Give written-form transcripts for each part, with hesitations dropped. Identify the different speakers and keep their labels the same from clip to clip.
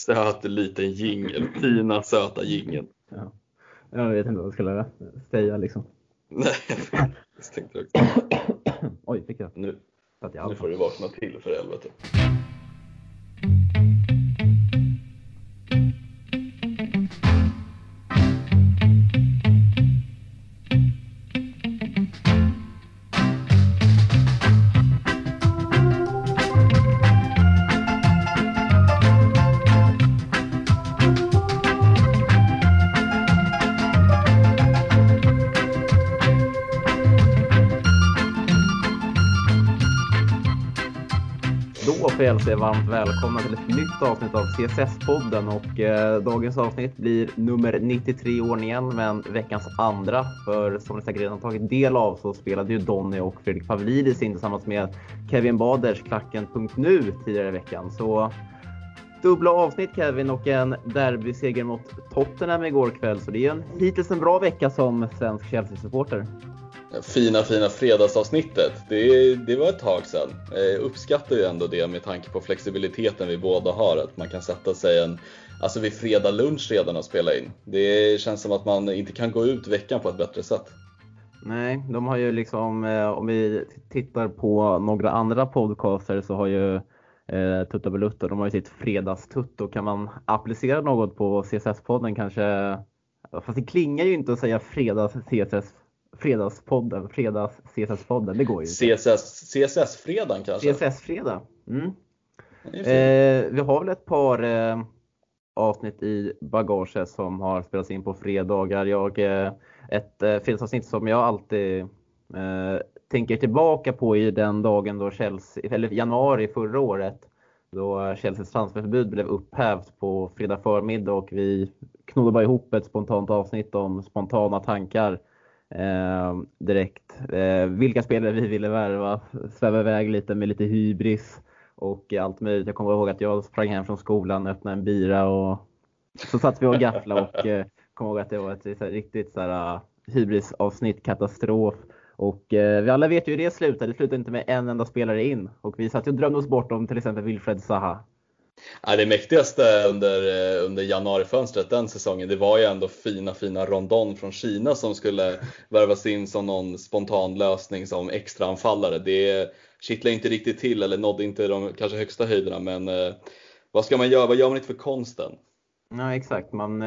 Speaker 1: söt liten jingel. Fina söta jingeln.
Speaker 2: Ja. Jag vet inte vad jag skulle säga liksom.
Speaker 1: Nej, jag tänkte också.
Speaker 2: Oj, fick jag.
Speaker 1: Nu
Speaker 2: Jag
Speaker 1: får du vakna till för helvete.
Speaker 2: Då får jag säga varmt välkomna till ett nytt avsnitt av CSS-podden och dagens avsnitt blir nummer 93 i ordningen, men veckans andra. För som ni säkert redan tagit del av så spelade ju Donny och Fredrik Pavlidis in tillsammans med Kevin Baders Klacken.nu tidigare i veckan. Så dubbla avsnitt Kevin och en derbyseger mot Tottenham igår kväll. Så det är hittills en bra vecka som svensk Chelsea-supporter.
Speaker 1: Fina fredagsavsnittet. Det var ett tag sedan. Jag uppskattar ju ändå det med tanke på flexibiliteten vi båda har. Att man kan sätta sig vid fredag lunch redan och spela in. Det känns som att man inte kan gå ut veckan på ett bättre sätt.
Speaker 2: Nej, de har ju liksom, om vi tittar på några andra podcaster så har ju Tutta Belutta, de har ju sitt fredagstutto. Kan man applicera något på CSS-podden kanske? Fast det klingar ju inte att säga fredags CSS-podden, det går ju inte.
Speaker 1: CSS-fredagen kanske?
Speaker 2: CSS-fredag. Vi har väl ett par avsnitt i bagaget som har spelats in på fredagar. Ett fredagsavsnitt som jag alltid tänker tillbaka på i den dagen då januari förra året, då Chelseas transferförbud blev upphävt på fredag förmiddag och vi knodde bara ihop ett spontant avsnitt om spontana tankar direkt. Vilka spelare vi ville värva, sväva iväg lite med lite hybris och allt möjligt. Jag kommer ihåg att jag sprang hem från skolan, öppnade en bira och så satt vi och gaffla och kommer ihåg att det var ett riktigt hybrisavsnitt, katastrof. Och vi alla vet ju hur det slutade. Det slutade inte med en enda spelare in. Och vi satt ju och drömde oss bort om till exempel Wilfred Zaha.
Speaker 1: Ja, det mäktigaste under januarifönstret den säsongen, det var ju ändå fina Rondon från Kina som skulle värvas in som någon spontan lösning som extra anfallare. Det kittlade inte riktigt till eller nådde inte de kanske högsta höjderna, men vad ska man göra? Vad gör man inte för konsten?
Speaker 2: Ja, exakt. Man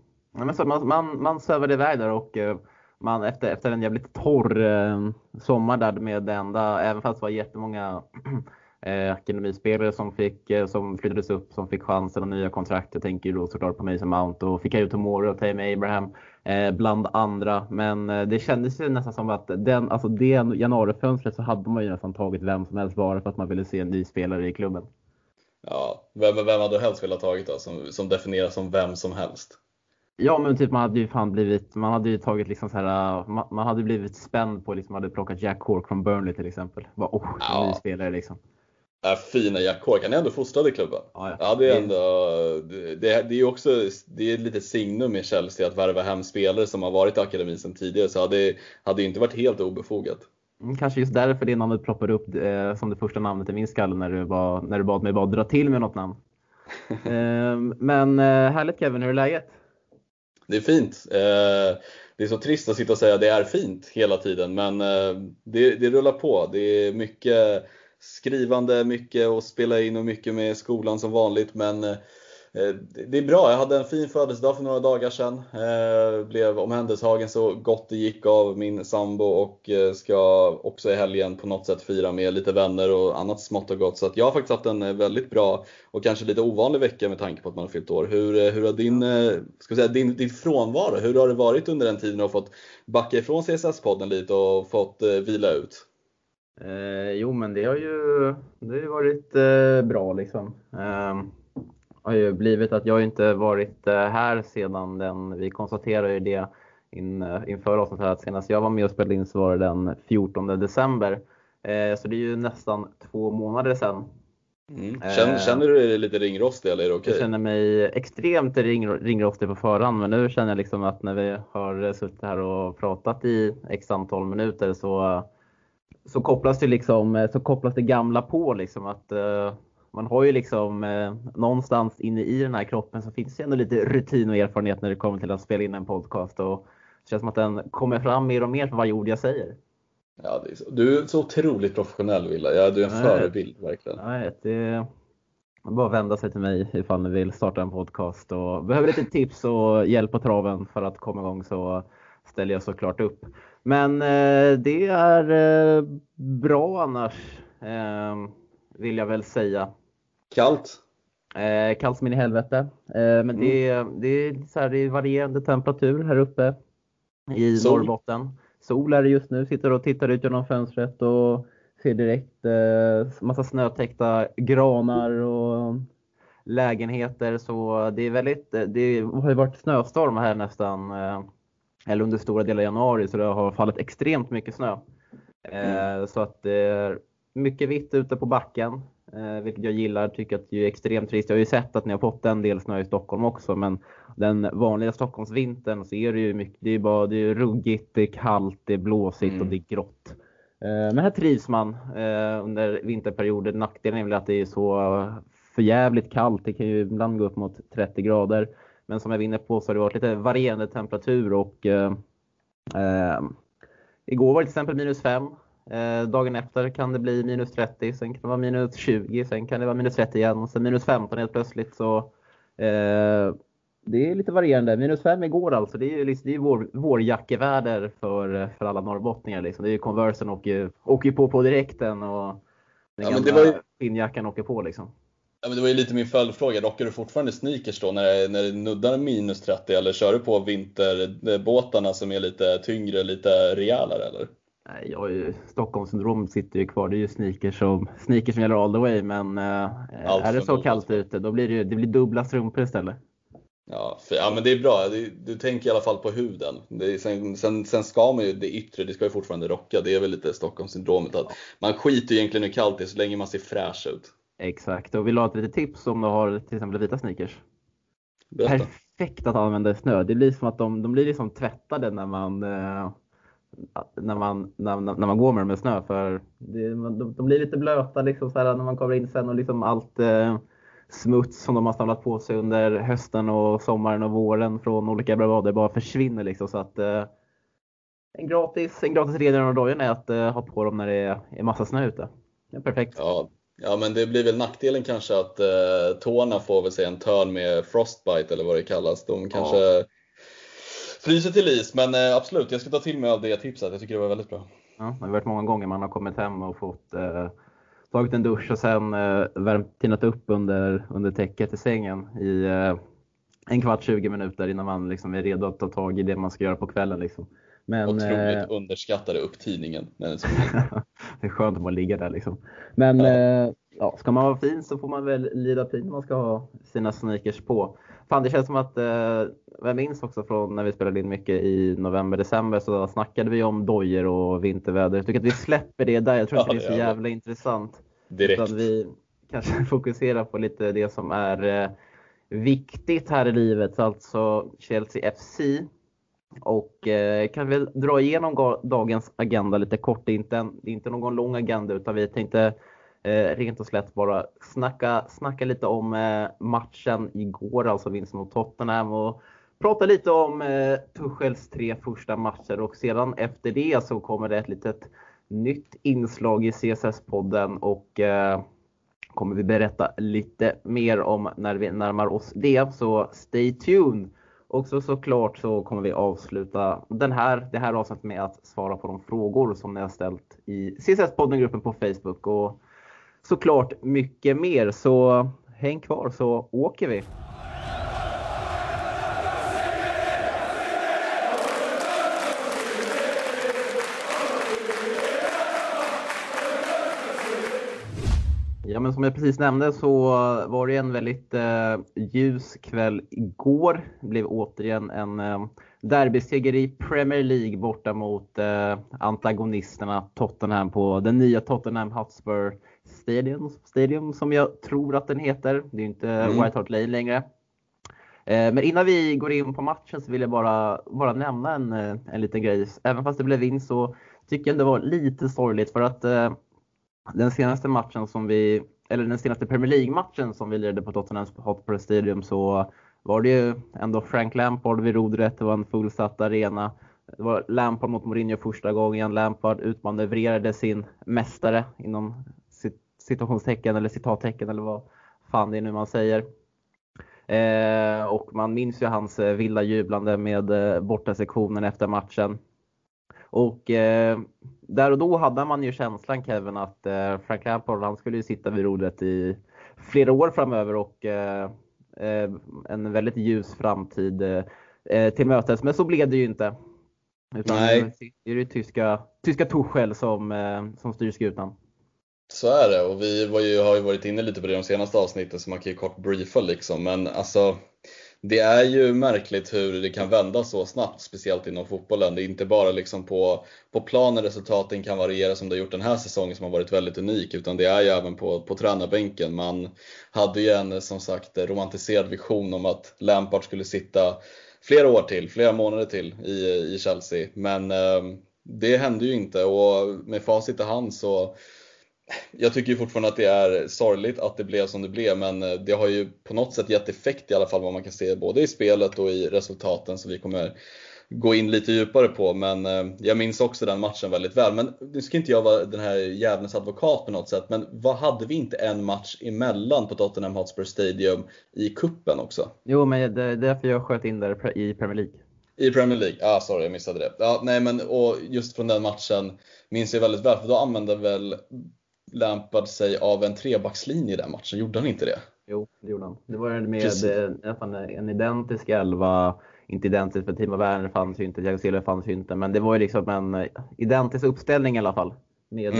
Speaker 2: sövade iväg där och man efter en jävligt torr sommar där med det enda, även fast det var jättemånga akademispelare som flyttades upp, som fick chansen och nya kontrakt. Jag tänker då såklart på Mason Mount och Fikayo Tomori och Tammy Abraham bland andra. Men det kändes ju nästan som att det januarifönstret så hade man ju nästan tagit vem som helst bara för att man ville se en ny spelare i klubben.
Speaker 1: Ja, vem hade du helst velat tagit då, som definieras som vem som helst?
Speaker 2: Ja, men typ man hade ju tagit liksom så här, man hade blivit spänd på liksom, hade plockat Jack Cork från Burnley till exempel. En ny spelare liksom.
Speaker 1: Fina Jack Cork, han är ändå fostrad i klubben. Ja, det är ändå det är ju också, det är lite signum med Chelsea att värva hem spelare som har varit i akademin sedan tidigare, så hade ju inte varit helt obefogat.
Speaker 2: Kanske just därför det namnet ploppar upp som det första namnet i min skalle när du bad mig bara dra till med något namn. Men härligt Kevin, hur är läget?
Speaker 1: Det är fint. Det är så trist att sitta och säga att det är fint hela tiden, men det rullar på. Det är mycket skrivande, mycket att spela in och mycket med skolan som vanligt, men det är bra. Jag hade en fin födelsedag för några dagar sedan. Blev omhändertagen så gott det gick av min sambo och ska också i helgen på något sätt fira med lite vänner och annat smått och gott. Så att jag har faktiskt haft en väldigt bra och kanske lite ovanlig vecka med tanke på att man har fyllt år. Hur har din frånvaro, hur har det varit under den tiden du har fått backa ifrån CSS-podden lite och fått vila ut?
Speaker 2: Jo, men det har ju varit bra liksom. Har ju blivit att jag inte varit här sedan vi konstaterade ju det inför avsnittet att senast jag var med och spelade in så var det den 14 december. Så det är ju nästan 2 månader sedan.
Speaker 1: Känner du dig lite ringrostig eller är det okej?
Speaker 2: Jag känner mig extremt ringrostig på förhand, men nu känner jag liksom att när vi har suttit här och pratat i x antal minuter så kopplas det gamla på liksom att man har ju liksom någonstans inne i den här kroppen så finns det ändå lite rutin och erfarenhet när det kommer till att spela in en podcast, och det känns som att den kommer fram mer och mer för varje ord jag säger.
Speaker 1: Ja, du är så otroligt professionell, Wille. Ja, du är en förebild verkligen.
Speaker 2: Nej, det är bara att vända sig till mig ifall ni vill starta en podcast och behöver lite tips och hjälp på traven för att komma igång, så ställer jag såklart upp. Men det är bra annars, vill jag väl säga.
Speaker 1: Kallt?
Speaker 2: Kallt som in i helvete. Men det är så här, det är varierande temperatur här uppe i Norrbotten. Sol är det just nu, sitter och tittar ut genom fönstret och ser direkt massa snötäckta granar och lägenheter. Så det är väldigt, det har ju varit snöstorm här nästan, eller under stora delar av januari, så det har fallit extremt mycket snö. Så att det är mycket vitt ute på backen, vilket jag gillar, tycker att det är extremt trist. Jag har ju sett att ni har fått en del snö i Stockholm också, men den vanliga Stockholmsvintern så är det ju mycket, det är ruggigt, det är kallt, det är blåsigt och det är grått. Men här trivs man under vinterperioden. Nackdelen är väl att det är så förjävligt kallt. Det kan ju ibland gå upp mot 30 grader. Men som jag var inne på så har det varit lite varierande temperatur, och igår var det till exempel -5. Dagen efter kan det bli -30, sen kan det vara -20, sen kan det vara -30 igen och sen -15 helt plötsligt. Så det är lite varierande. -5 igår alltså. Det är ju liksom, vårjackeväder för alla norrbottningar liksom. Det är ju Conversen åker på direkten, och den gamla skinnjackan åker på liksom.
Speaker 1: Ja, men det var ju lite min följdfråga. Rockar du fortfarande sneakers då när det nuddar -30, eller kör du på vinterbåtarna som är lite tyngre, lite rejälare eller?
Speaker 2: Nej, Stockholmssyndrom sitter ju kvar. Det är ju sneakers som gäller all the way, men är det så kallt ute då blir det blir dubbla strumpor istället.
Speaker 1: Ja, men det är bra. Du tänker i alla fall på huden. Sen ska man ju det yttre, det ska ju fortfarande rocka. Det är väl lite Stockholmssyndromet att man skiter ju egentligen hur kallt det är så länge man ser fräsch ut.
Speaker 2: Exakt, och vill du ha ett litet tips om du har till exempel vita sneakers?
Speaker 1: Berätta.
Speaker 2: Perfekt att använda snö. Det blir som att de blir liksom tvättade när man går med dem med snö, för de blir lite blöta liksom, så här, när man kommer in sen, och liksom allt smuts som de har samlat på sig under hösten och sommaren och våren från olika bravader bara försvinner liksom. Så att en gratis redning av dagen är att ha på dem när det är massa snö ute. Det är perfekt.
Speaker 1: Ja, men det blir väl nackdelen kanske att tårna får väl säga en törn med frostbite eller vad det kallas. De kanske fryser till is, men absolut, jag ska ta till mig av det tipset. Jag tycker det var väldigt bra.
Speaker 2: Ja, det har varit många gånger man har kommit hem och fått tagit en dusch och sen tinat upp under täcket i sängen i en kvart, 20 minuter innan man liksom är redo att ta tag i det man ska göra på kvällen liksom. Men,
Speaker 1: otroligt underskattade upptidningen.
Speaker 2: Det är skönt att man ligger där liksom. Men ska man vara fin så får man väl lida pin när man ska ha sina sneakers på. Fan, det känns som att jag minns också från när vi spelade in mycket i november-december, så snackade vi om dojer och vinterväder. Jag tycker att vi släpper det där. Jag tror inte det är så jävla intressant.
Speaker 1: Direkt.
Speaker 2: Utan vi kanske fokuserar på lite det som är viktigt här i livet. Alltså Chelsea FC. Och kan vi dra igenom dagens agenda lite kort. Det är inte någon lång agenda, utan vi tänkte rent och slätt bara snacka lite om matchen igår, alltså vinsten mot Tottenham, och prata lite om Tuchels 3 första matcher. Och sedan efter det så kommer det ett litet nytt inslag i CSS-podden, och kommer vi berätta lite mer om när vi närmar oss det, så stay tuned. Och såklart så kommer vi avsluta det här avsnittet med att svara på de frågor som ni har ställt i CSS-podden-gruppen på Facebook, och såklart mycket mer. Så häng kvar så åker vi. Ja, men som jag precis nämnde så var det en väldigt ljus kväll igår. Det blev återigen en derbyseger i Premier League borta mot antagonisterna Tottenham på den nya Tottenham Hotspur Stadium som jag tror att den heter. Det är ju inte White Hart Lane längre. Men innan vi går in på matchen så vill jag bara nämna en liten grej. Även fast det blev vinst så tycker jag det var lite sorgligt, för att den senaste matchen som vi eller den senaste Premier League-matchen som vi lirade på Tottenham Hotspur Stadium, så var det ju ändå Frank Lampard vid rodret. Det var en fullsatt arena. Det var Lampard mot Mourinho första gången. Lampard utmanövrerade sin mästare inom situationstecken eller citattecken eller vad fan det är nu man säger. Och man minns ju hans vilda jublande med bortasektionen efter matchen. Och där och då hade man ju känslan, Kevin, att Frank Lampard, han skulle ju sitta vid rodret i flera år framöver och en väldigt ljus framtid till mötes. Men så blev det ju inte. Utan
Speaker 1: Nej.
Speaker 2: det är ju tyska Tuchel som styr skutan.
Speaker 1: Så är det, och vi har ju varit inne lite på det de senaste avsnitten, så man kan ju kort briefa liksom. Men alltså, det är ju märkligt hur det kan vända så snabbt, speciellt inom fotbollen. Det är inte bara liksom på planen resultaten kan variera som det har gjort den här säsongen som har varit väldigt unik, utan det är ju även på tränarbänken. Man hade ju en, som sagt, romantiserad vision om att Lampard skulle sitta flera månader till i Chelsea. Men det hände ju inte, och med facit i hand så jag tycker ju fortfarande att det är sorgligt att det blev som det blev, men det har ju på något sätt gett effekt i alla fall, vad man kan se både i spelet och i resultaten, så vi kommer gå in lite djupare på. Men jag minns också den matchen väldigt väl. Men nu ska inte jag vara den här jävlens advokat på något sätt, men vad hade vi inte en match emellan på Tottenham Hotspur Stadium i kuppen också?
Speaker 2: Jo, men det är därför jag sköt in där i Premier League.
Speaker 1: I Premier League, sorry, jag missade det. Ja, nej, men och just från den matchen minns jag väldigt väl, för då använde väl Lampard sig av en trebackslinje i den matchen, gjorde han inte det?
Speaker 2: Jo, det gjorde han. Det var med en identisk elva, inte identisk för Timo Werner fanns ju inte, Thiago Silva fanns ju inte, men det var ju liksom en identisk uppställning i alla fall. Med,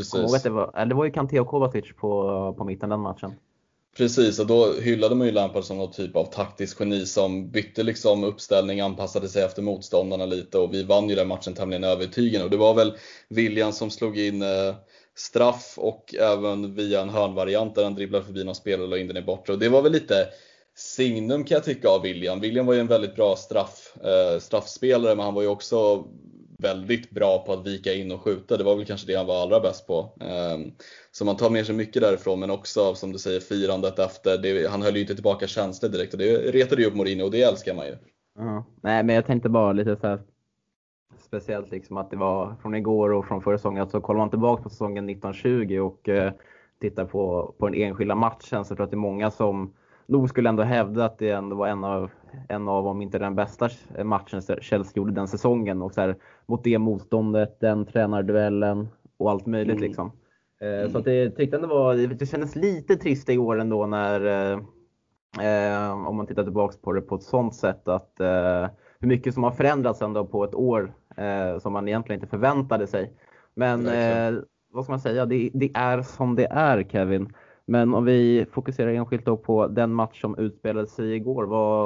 Speaker 2: det var ju Kanté och Kovacic på mitten den matchen.
Speaker 1: Precis, och då hyllade man ju Lampard som någon typ av taktisk geni som bytte liksom uppställning, anpassade sig efter motståndarna lite, och vi vann ju den matchen tämligen övertygande. Och det var väl William som slog in straff, och även via en hörnvariant där han dribblade förbi någon spelare och la in den i bortre. Och det var väl lite signum, kan jag tycka, av William. William var ju en väldigt bra straffspelare, men han var ju också väldigt bra på att vika in och skjuta. Det var väl kanske det han var allra bäst på. Så man tar med sig mycket därifrån, men också, som du säger, firandet efter det. Han höll ju inte tillbaka känslor direkt, och det retade ju upp Mourinho, och det älskar man ju.
Speaker 2: Nej, men jag tänkte bara lite så här speciellt liksom att det var från igår och från förra säsongen. Så kollar man tillbaka på säsongen 1920 och tittar på den enskilda matchen, så tror jag att det är många som nog skulle ändå hävda att det ändå var en av om inte den bästa matchen Chelsea gjorde den säsongen. Och så här, mot det motståndet, den tränarduellen och allt möjligt liksom. Så att det tyckte ändå det kändes lite trist i år ändå när om man tittar tillbaka på det på ett sånt sätt att hur mycket som har förändrats ändå på ett år som man egentligen inte förväntade sig. Men vad ska man säga, det är som det är, Kevin. Men om vi fokuserar enskilt då på den match som utspelade sig igår,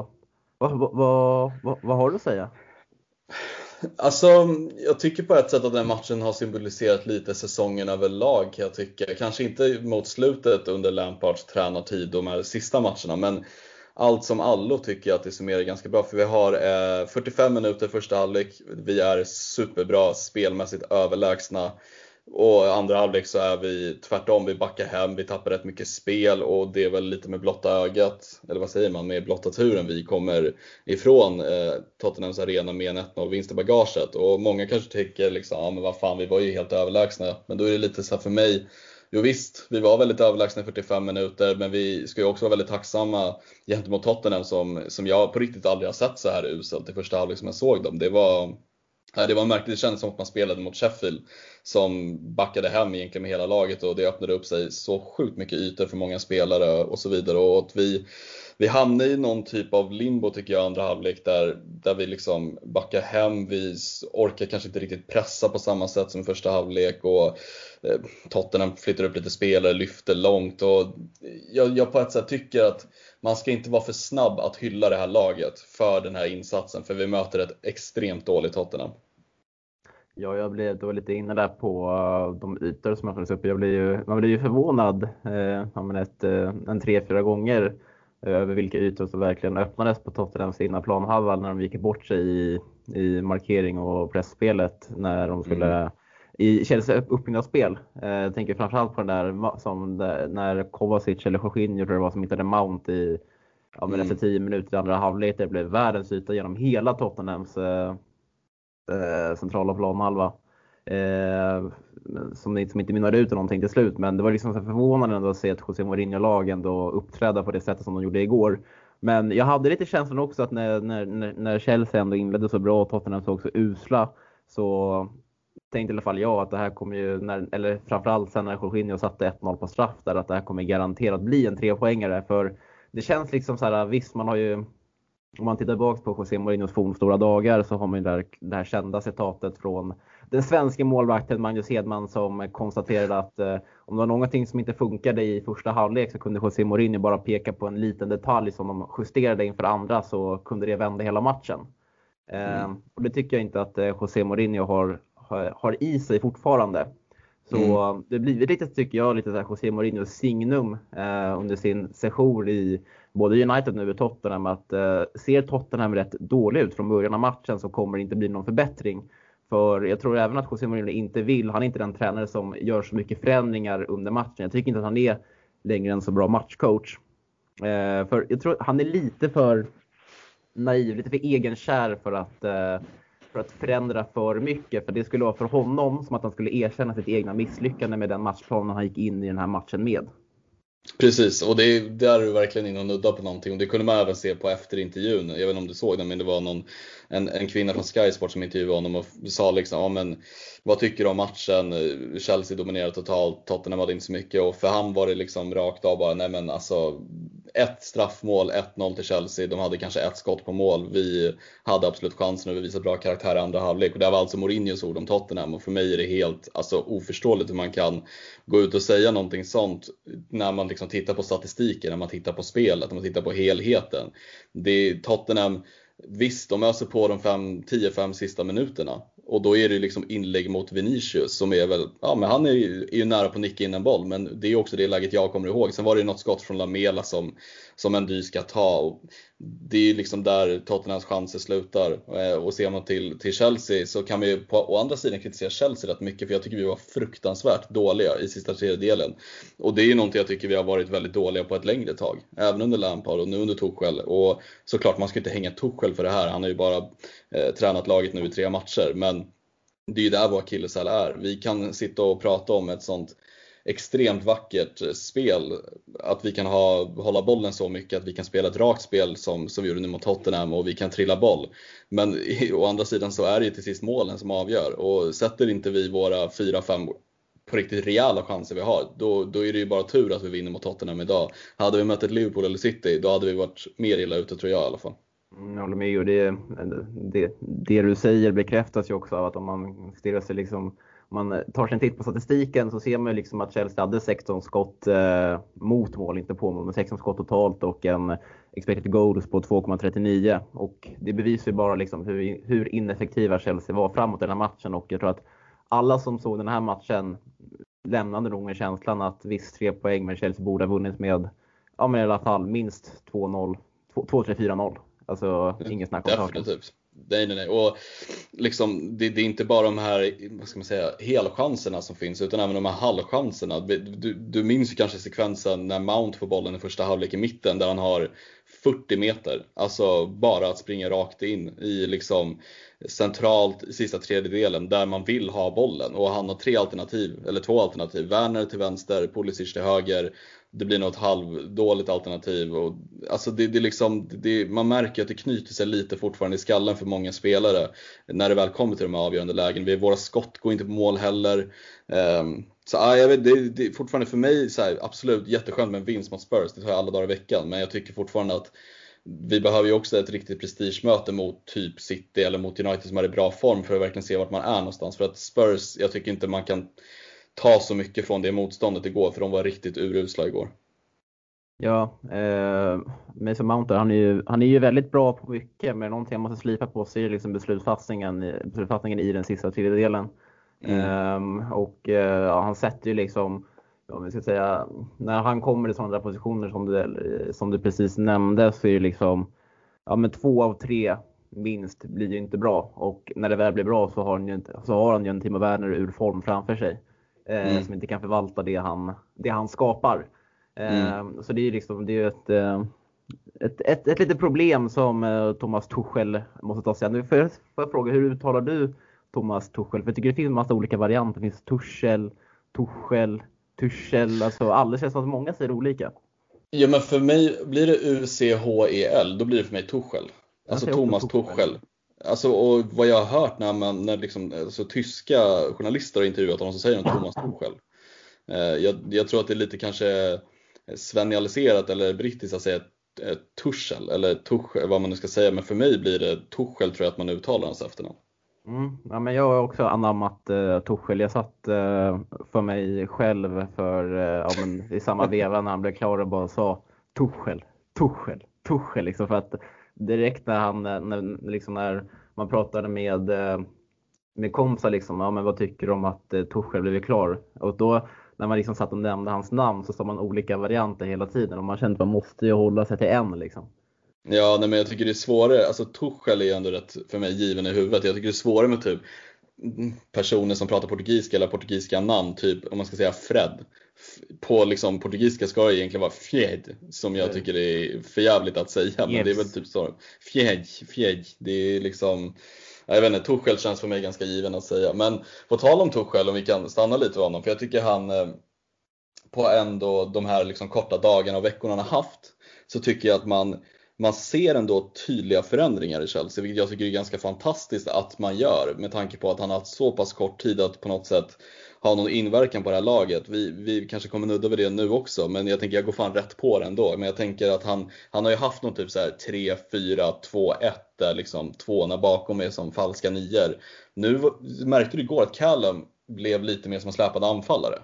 Speaker 2: vad har du att säga?
Speaker 1: Alltså, jag tycker på ett sätt att den matchen har symboliserat lite säsongen överlag, kan jag tycka. Kanske inte mot slutet under Lampards tränartid, de här sista matcherna, men allt som allo tycker jag att det summerar ganska bra. För vi har 45 minuter första halvlek, vi är superbra, spelmässigt överlägsna. Och andra halvlek så är vi tvärtom, vi backar hem, vi tappar rätt mycket spel, och det är väl lite med blotta ögat, eller vad säger man, med blotta turen vi kommer ifrån Tottenhams arena med en 1-0 vinst i bagaget. Och många kanske tycker liksom, men vad fan, vi var ju helt överlägsna. Men då är det lite så här för mig, jo visst, vi var väldigt överlägsna i 45 minuter, men vi ska ju också vara väldigt tacksamma gentemot Tottenham som jag på riktigt aldrig har sett så här uselt i första halvlek som jag såg dem. Det var märkligt, det kändes som att man spelade mot Sheffield som backade hem egentligen med hela laget, och det öppnade upp sig så sjukt mycket ytor för många spelare och så vidare. Och att vi hamnade i någon typ av limbo, tycker jag, andra halvlek där vi liksom backar hem, vi orkar kanske inte riktigt pressa på samma sätt som första halvlek, och Tottenham flyttar upp lite spelare, lyfter långt, och jag på ett sätt tycker att man ska inte vara för snabb att hylla det här laget för den här insatsen, för vi möter ett extremt dåligt Tottenham.
Speaker 2: Ja, jag blev lite inne där på de ytor som öppnades upp. Man blir ju förvånad en 3-4 gånger över vilka ytor som verkligen öppnades på Tottenhams inna planhalva när de gick bort sig i markering och pressspelet när de skulle i Chelsea uppbyggnadsspel. Jag tänker framförallt på den där när Kovacic eller Jorginho tror det var som hittade Mount i efter 10 minuter i andra halvlek. Det blev världens yta genom hela Tottenhams centrala planhalva. Som inte mynnade ut någonting till slut. Men det var liksom så förvånande ändå att se att José Mourinho-lag ändå uppträda på det sättet som de gjorde igår. Men jag hade lite känslan också att när Chelsea ändå inledde så bra och Tottenham så också usla, så tänkte i alla fall jag att det här kommer ju, eller framförallt sen när Jorginho satte 1-0 på straff där, att det här kommer garanterat bli en 3-poängare. För det känns liksom så här, visst man har ju, om man tittar tillbaka på José Mourinhos fornstora dagar, så har man ju det här kända citatet från den svenska målvakten Magnus Hedman som konstaterade att om det var någonting som inte funkade i första halvlek så kunde José Mourinho bara peka på en liten detalj som de justerade inför andra, så kunde det vända hela matchen. Och det tycker jag inte att José Mourinho har i sig fortfarande. Så det blir lite, tycker jag, lite så här José Mourinhos signum under sin session i både United nu och Tottenham, att ser Tottenham rätt dåligt ut från början av matchen så kommer det inte bli någon förbättring. För jag tror även att José Mourinho inte vill, han är inte den tränare som gör så mycket förändringar under matchen. Jag tycker inte att han är längre en så bra matchcoach. För jag tror han är lite för naiv, lite för egenkär för att förändra för mycket. För det skulle vara för honom som att han skulle erkänna sitt egna misslyckande med den matchplanen han gick in i den här matchen med.
Speaker 1: Precis, och där är du verkligen inne och nudda på någonting. Och det kunde man även se på efterintervjun. Jag vet inte om du såg den, men det var en kvinna från Sky Sport som intervjuade honom och sa liksom, men vad tycker du om matchen? Chelsea dominerade totalt, Tottenham hade inte så mycket. Och för han var det liksom rakt av bara, nej men alltså, ett straffmål, 1-0 till Chelsea. De hade kanske ett skott på mål. Vi hade absolut chansen och vi visade bra karaktär i andra halvlek. Och det var alltså Mourinhos ord om Tottenham. Och för mig är det helt oförståeligt hur man kan gå ut och säga någonting sånt när man liksom tittar på statistiken, när man tittar på spelet, när man tittar på helheten. Det är Tottenham, visst, de öser på de 10-5 sista minuterna. Och då är det liksom inlägg mot Vinicius som är väl, men han är ju nära på att nicka in en boll. Men det är också det läget jag kommer ihåg. Sen var det något skott från Lamela som en dy ska ta. Och det är liksom där Tottenhams chanser slutar. Och ser man till Chelsea så kan vi på andra sidan kritisera Chelsea rätt mycket. För jag tycker vi var fruktansvärt dåliga i sista tredjedelen. Och det är ju någonting jag tycker vi har varit väldigt dåliga på ett längre tag. Även under Lampard och nu under Tuchel. Och såklart man ska inte hänga Tuchel för det här. Han har ju bara tränat laget nu i 3 matcher. Men det är ju där vår akilleshäl är. Vi kan sitta och prata om ett sånt extremt vackert spel, att vi kan hålla bollen så mycket att vi kan spela ett rakt spel som vi gjorde nu mot Tottenham, och vi kan trilla boll. Men å andra sidan så är det ju till sist målen som avgör, och sätter inte vi våra 4-5 på riktigt rejäla chanser vi har, då är det ju bara tur att vi vinner mot Tottenham idag. Hade vi mött ett Liverpool eller City, då hade vi varit mer illa ute, tror jag i alla fall.
Speaker 2: Jag håller med, och det du säger bekräftas ju också av att om man stirrar sig liksom, man tar sig en titt på statistiken, så ser man ju liksom att Chelsea hade 16 skott mot mål, inte på mål, men 16 skott totalt och en expected goals på 2,39. Och det bevisar ju bara liksom hur ineffektiva Chelsea var framåt i den här matchen. Och jag tror att alla som såg den här matchen lämnade nog med känslan att visst 3 poäng, men Chelsea borde ha vunnit med, men i alla fall minst 2-0, 2-3-4-0. Alltså inget snack om saken.
Speaker 1: Definitivt. Nej. Och liksom, det är inte bara de här, vad ska man säga, helchanserna som finns, utan även de här halvchanserna. Du minns ju kanske sekvensen när Mount får bollen i första halvlek i mitten, där han har 40 meter. Alltså bara att springa rakt in i liksom centralt i sista tredjedelen där man vill ha bollen. Och han har 2 alternativ. Werner till vänster, Pulisic till höger. Det blir något halvdåligt alternativ. Och, alltså det liksom, man märker att det knyter sig lite fortfarande i skallen för många spelare när det väl kommer till de här avgörande lägen. Våra skott går inte på mål heller. Så jag vet, det är fortfarande för mig så här, absolut jätteskönt med en vinst mot Spurs. Det tar jag alla dagar i veckan. Men jag tycker fortfarande att vi behöver ju också ett riktigt prestigemöte mot typ City eller mot United som är i bra form, för att verkligen se vart man är någonstans. För att Spurs, jag tycker inte man kan ta så mycket från det motståndet igår, för de var riktigt urusla igår.
Speaker 2: Ja, Mason Mount, han är ju väldigt bra på mycket, men någonting jag måste slipa på så är liksom beslutsfattningen i den sista tredjedelen. Han sätter ju liksom, om vi ska säga, när han kommer i sådana där positioner som du precis nämnde, så är det liksom, men 2 av 3 minst blir ju inte bra. Och när det väl blir bra så har han ju en Timo Werner ur form framför sig. Som inte kan förvalta det han skapar. Så det är ju liksom, det är ju ett litet problem som Thomas Tuchel måste ta sig an. Nu får jag fråga, hur uttalar du Thomas Tuchel? För jag tycker det finns en massa olika varianter. Det finns Tuchel, alltså alla känns som att många säger olika.
Speaker 1: Ja, men för mig blir det UCHEL, då blir det för mig Tuchel. Alltså Thomas Tuchel. Alltså, och vad jag har hört när liksom, alltså, tyska journalister har intervjuat honom, så säger de Thomas Tuchel. Jag tror att det är lite kanske svenialiserat eller brittiskt att säga Tuchel eller Tuchel, vad man nu ska säga, men för mig blir det Tuchel, tror jag att man uttalar hans efternamn.
Speaker 2: Ja, men jag har också anammat Tuchel. Jag satt för mig själv i samma veva när han blev klar och bara sa Tuchel liksom, för att direkt när man pratade med kompisar liksom, ja men vad tycker du om att Tuchel blev klar? Och då när man liksom satt och nämnde hans namn så sa man olika varianter hela tiden och man kände att man måste ju hålla sig till en liksom.
Speaker 1: Ja, nej, men jag tycker det är svårare. Alltså Tuchel är ändå rätt för mig given i huvudet. Jag tycker det är svårare med typ personer som pratar portugisiska eller portugisiska namn, typ om man ska säga Fred. På liksom portugisiska ska det egentligen vara Fjed, som jag tycker är för jävligt att säga, men det är väl typ så. Fjed. Det är liksom, jag vet inte, Tuchel känns för mig ganska given att säga. Men på tal om Tuchel, om vi kan stanna lite vid honom, för jag tycker han på ändå de här liksom korta dagarna och veckorna han har haft, så tycker jag att man ser ändå tydliga förändringar i Chelsea, vilket jag tycker är ganska fantastiskt att man gör, med tanke på att han har haft så pass kort tid att på något sätt ha någon inverkan på det här laget. Vi kanske kommer nudda vid det nu också, men jag tänker jag går fan rätt på det ändå. Men jag tänker att han har ju haft någon typ så här 3-4-2-1 där liksom tvåorna bakom är som falska nior. Nu märkte du igår att Callum blev lite mer som en släpad anfallare.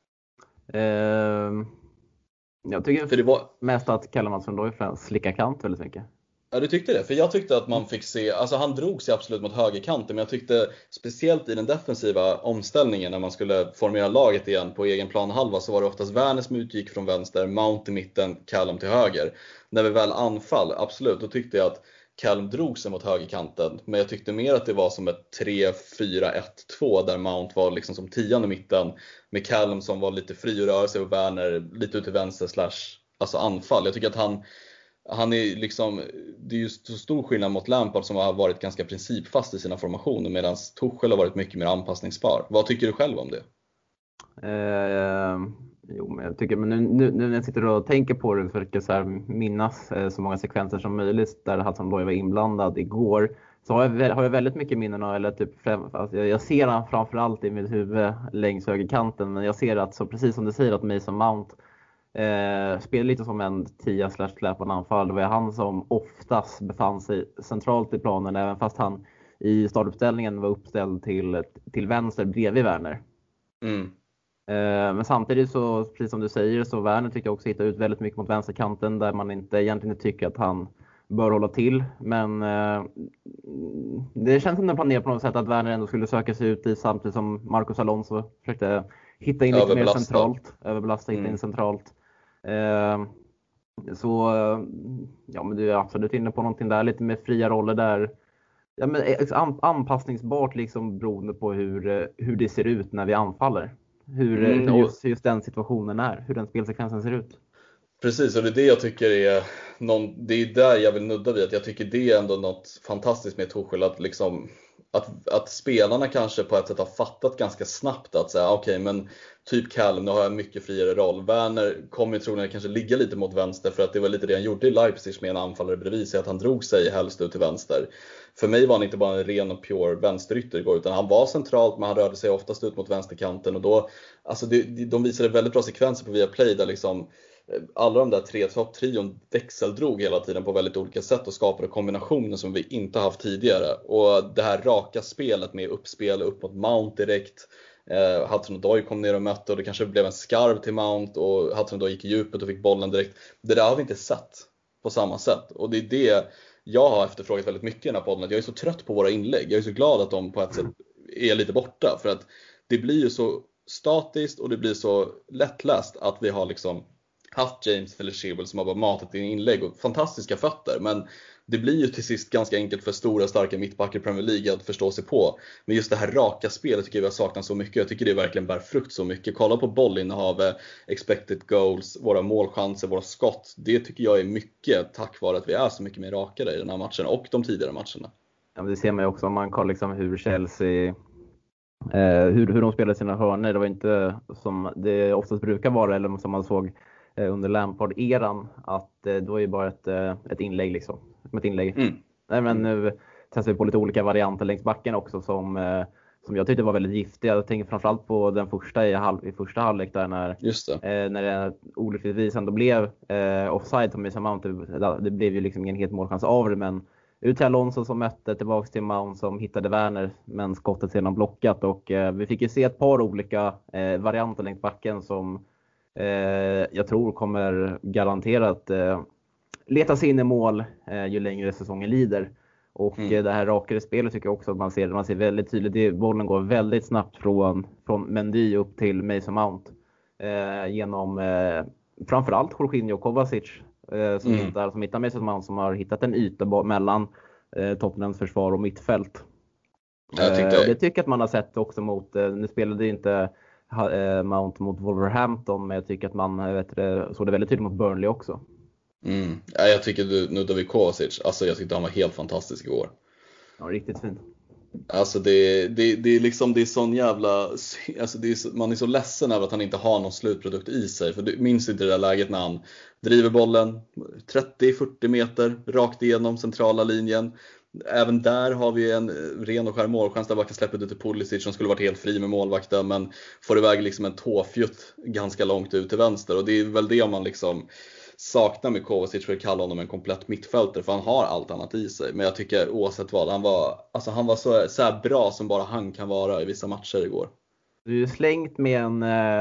Speaker 2: Jag tycker för det var mest att Callum Hudson-Odoi slickar kant väldigt mycket.
Speaker 1: Ja, du tyckte det? För jag tyckte att man fick se, alltså han drog sig absolut mot högerkanten, men jag tyckte speciellt i den defensiva omställningen när man skulle formera laget igen på egen planhalva, så var det oftast Werner som utgick från vänster, Mount i mitten, Callum till höger. När vi väl anfall, absolut, då tyckte jag att Callum drog sig mot högerkanten, men jag tyckte mer att det var som ett 3-4-1-2 där Mount var liksom som 10 i mitten, med Callum som var lite fri att röra sig och Werner lite ut till vänster / alltså anfall. Jag tycker att han är liksom, det är ju så stor skillnad mot Lampard som har varit ganska principfast i sina formationer, medan Tuchel har varit mycket mer anpassningsbar. Vad tycker du själv om det?
Speaker 2: Jo, men jag tycker, men nu när jag sitter och tänker på det, försöker så här minnas så många sekvenser som möjligt där Hudson-Odoi var inblandad igår, så har jag väldigt mycket minnen av, eller typ alltså jag ser han framförallt i mitt huvud längs högerkanten, men jag ser att, så precis som du säger, att Mason Mount spelar lite som en 10/släpande anfall. Det var han som oftast befann sig centralt i planen, även fast han i startuppställningen var uppställd till vänster bredvid Werner. Men samtidigt så, precis som du säger, så Werner tycker jag också hittar ut väldigt mycket mot vänsterkanten där man egentligen inte tycker att han bör hålla till. Men det känns som den planerar på något sätt att Werner ändå skulle söka sig ut i, samtidigt som Marcos Alonso försökte hitta in lite mer centralt. Överbelasta, hitta in centralt. Så ja, men du är absolut inne på någonting där, lite mer fria roller där. Ja, men anpassningsbart liksom, beroende på hur det ser ut när vi anfaller. Hur just den situationen är, hur den spelsekvensen ser ut.
Speaker 1: Precis, och det är det jag tycker är det är där jag vill nudda vid, att jag tycker det är ändå något fantastiskt med Tuchel, att liksom att spelarna kanske på ett sätt har fattat ganska snabbt att säga okej, men typ Callum, nu har jag mycket friare roll. Werner kommer ju troligen kanske ligga lite mot vänster, för att det var lite det han gjorde i Leipzig med en anfallare bredvid sig, att han drog sig helst ut till vänster. För mig var han inte bara en ren och pure vänsterytter igår, utan han var centralt, men han rörde sig oftast ut mot vänsterkanten, och då, alltså de visade väldigt bra sekvenser på Viaplay där liksom alla de där tre topptrion växeldrog hela tiden på väldigt olika sätt och skapade kombinationer som vi inte haft tidigare. Och det här raka spelet med uppspel upp mot Mount direkt, Hudson-Odoi kom ner och mötte, och det kanske blev en skarv till Mount och Hudson-Odoi gick i djupet och fick bollen direkt. Det där har vi inte sett på samma sätt, och det är det jag har efterfrågat väldigt mycket i den här podden. Att jag är så trött på våra inlägg. Jag är så glad att de på ett sätt är lite borta, för att det blir ju så statiskt och det blir så lättläst att vi har liksom haft James eller Chilwell som har bara matat in inlägg och fantastiska fötter. Men det blir ju till sist ganska enkelt för stora starka mittbackar i Premier League att förstå sig på. Men just det här raka spelet tycker jag vi har saknat så mycket. Jag tycker det verkligen bär frukt så mycket. Kolla på bollinnehav, expected goals, våra målchanser, våra skott. Det tycker jag är mycket tack vare att vi är så mycket mer rakare i den här matchen och de tidigare matcherna.
Speaker 2: Ja, men det ser man ju också om man kollar liksom hur Chelsea hur de spelade sina hörnor. Det var inte som det oftast brukar vara, eller som man såg under Lampard-eran, att det var ju bara ett inlägg liksom. Ett inlägg. Nej, men nu testar vi på lite olika varianter längs backen också som jag tyckte var väldigt giftiga. Jag tänker framförallt på den första i första halvlek där när det olyckligtvis ändå blev offside som Mason Mount. Det blev ju liksom ingen helt målchans av det, men ut till Alonso som mötte tillbaka till Mount som hittade Werner, men skottet sedan blockat. Och vi fick ju se ett par olika varianter längs backen som jag tror kommer garanterat leta sig in i mål ju längre säsongen lider. Och det här rakare spelet tycker jag också att man ser väldigt tydligt. Bollen går väldigt snabbt från Mendy upp till Mason Mount genom framförallt Jorginho Kovacic som hittar Mason Mount, som har hittat en yta mellan Tottenhams försvar och mittfält. Det tycker att man har sett också mot, nu spelade inte Mount mot Wolverhampton, men jag tycker att man såg det väldigt tydligt mot Burnley också.
Speaker 1: Ja, jag tycker du nuddar vid Kovacic. Alltså jag tyckte han var helt fantastisk igår.
Speaker 2: Ja, riktigt fint.
Speaker 1: Alltså det är liksom, det är sån jävla, alltså man är så ledsen över att han inte har någon slutprodukt i sig. För du minns inte det där läget när han driver bollen 30-40 meter rakt igenom centrala linjen. Även där har vi en ren och skär målchans där backen släpper ut till Pulisic som skulle varit helt fri med målvakten, men får iväg liksom en tåfjutt ganska långt ut till vänster. Och det är väl det man liksom saknar med Kovacic, för att kalla honom en komplett mittfältare, för han har allt annat i sig. Men jag tycker oavsett vad, han var så här bra som bara han kan vara i vissa matcher igår.
Speaker 2: Du har slängt med en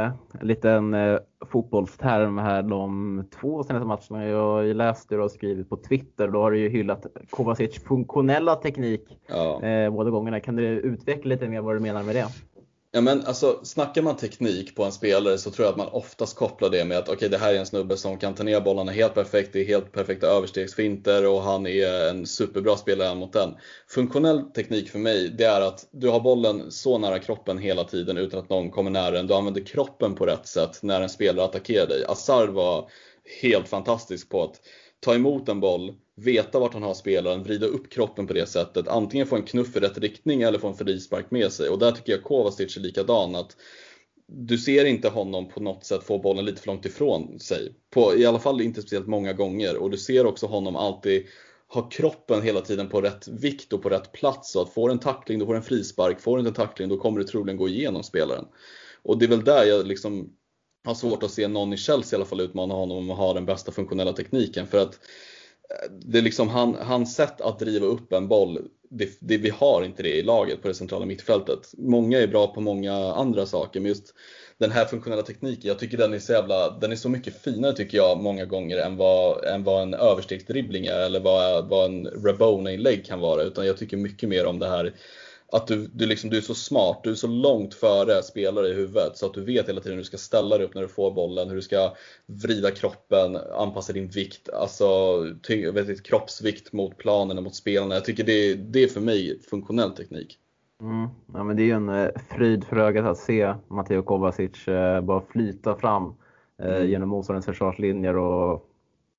Speaker 2: liten fotbollsterm här de 2 senaste matcherna. Jag läste och skrivit på Twitter. Då har du ju hyllat Kovacic funktionella teknik båda gångerna. Kan du utveckla lite mer vad du menar med det?
Speaker 1: Ja, men alltså, snackar man teknik på en spelare så tror jag att man oftast kopplar det med att okej, det här är en snubbe som kan ta ner bollarna helt perfekt, det är helt perfekta överstegsfinter och han är en superbra spelare mot den. Funktionell teknik för mig, det är att du har bollen så nära kroppen hela tiden utan att någon kommer nära den. Du använder kroppen på rätt sätt när en spelare attackerar dig. Hazard var helt fantastisk på att ta emot en boll, veta vart han har spelaren, vrida upp kroppen på det sättet. Antingen få en knuff i rätt riktning eller få en frispark med sig. Och där tycker jag Kovacic är likadan, att du ser inte honom på något sätt få bollen lite för långt ifrån sig. I alla fall inte speciellt många gånger. Och du ser också honom alltid ha kroppen hela tiden på rätt vikt och på rätt plats. Så att får en tackling, då får en frispark. Får inte en tackling, då kommer det troligen gå igenom spelaren. Och det är väl där jag liksom har svårt att se någon i Chelsea i alla fall utmana honom om att ha den bästa funktionella tekniken. För att det är liksom hans sätt att driva upp en boll, vi har inte det i laget på det centrala mittfältet. Många är bra på många andra saker, men just den här funktionella tekniken, jag tycker den är så mycket finare tycker jag många gånger än vad en överstegsdribbling är eller vad en Rabona-inlägg kan vara. Utan jag tycker mycket mer om det här att du är så smart, du är så långt före spelare i huvudet så att du vet hela tiden hur du ska ställa dig upp när du får bollen, hur du ska vrida kroppen, anpassa din vikt, alltså kroppsvikt mot planen och mot spelarna. Jag tycker det är för mig funktionell teknik.
Speaker 2: Ja, men det är ju en fryd för ögat att se Mateo Kovacic bara flyta fram genom motståndarens försvarslinjer och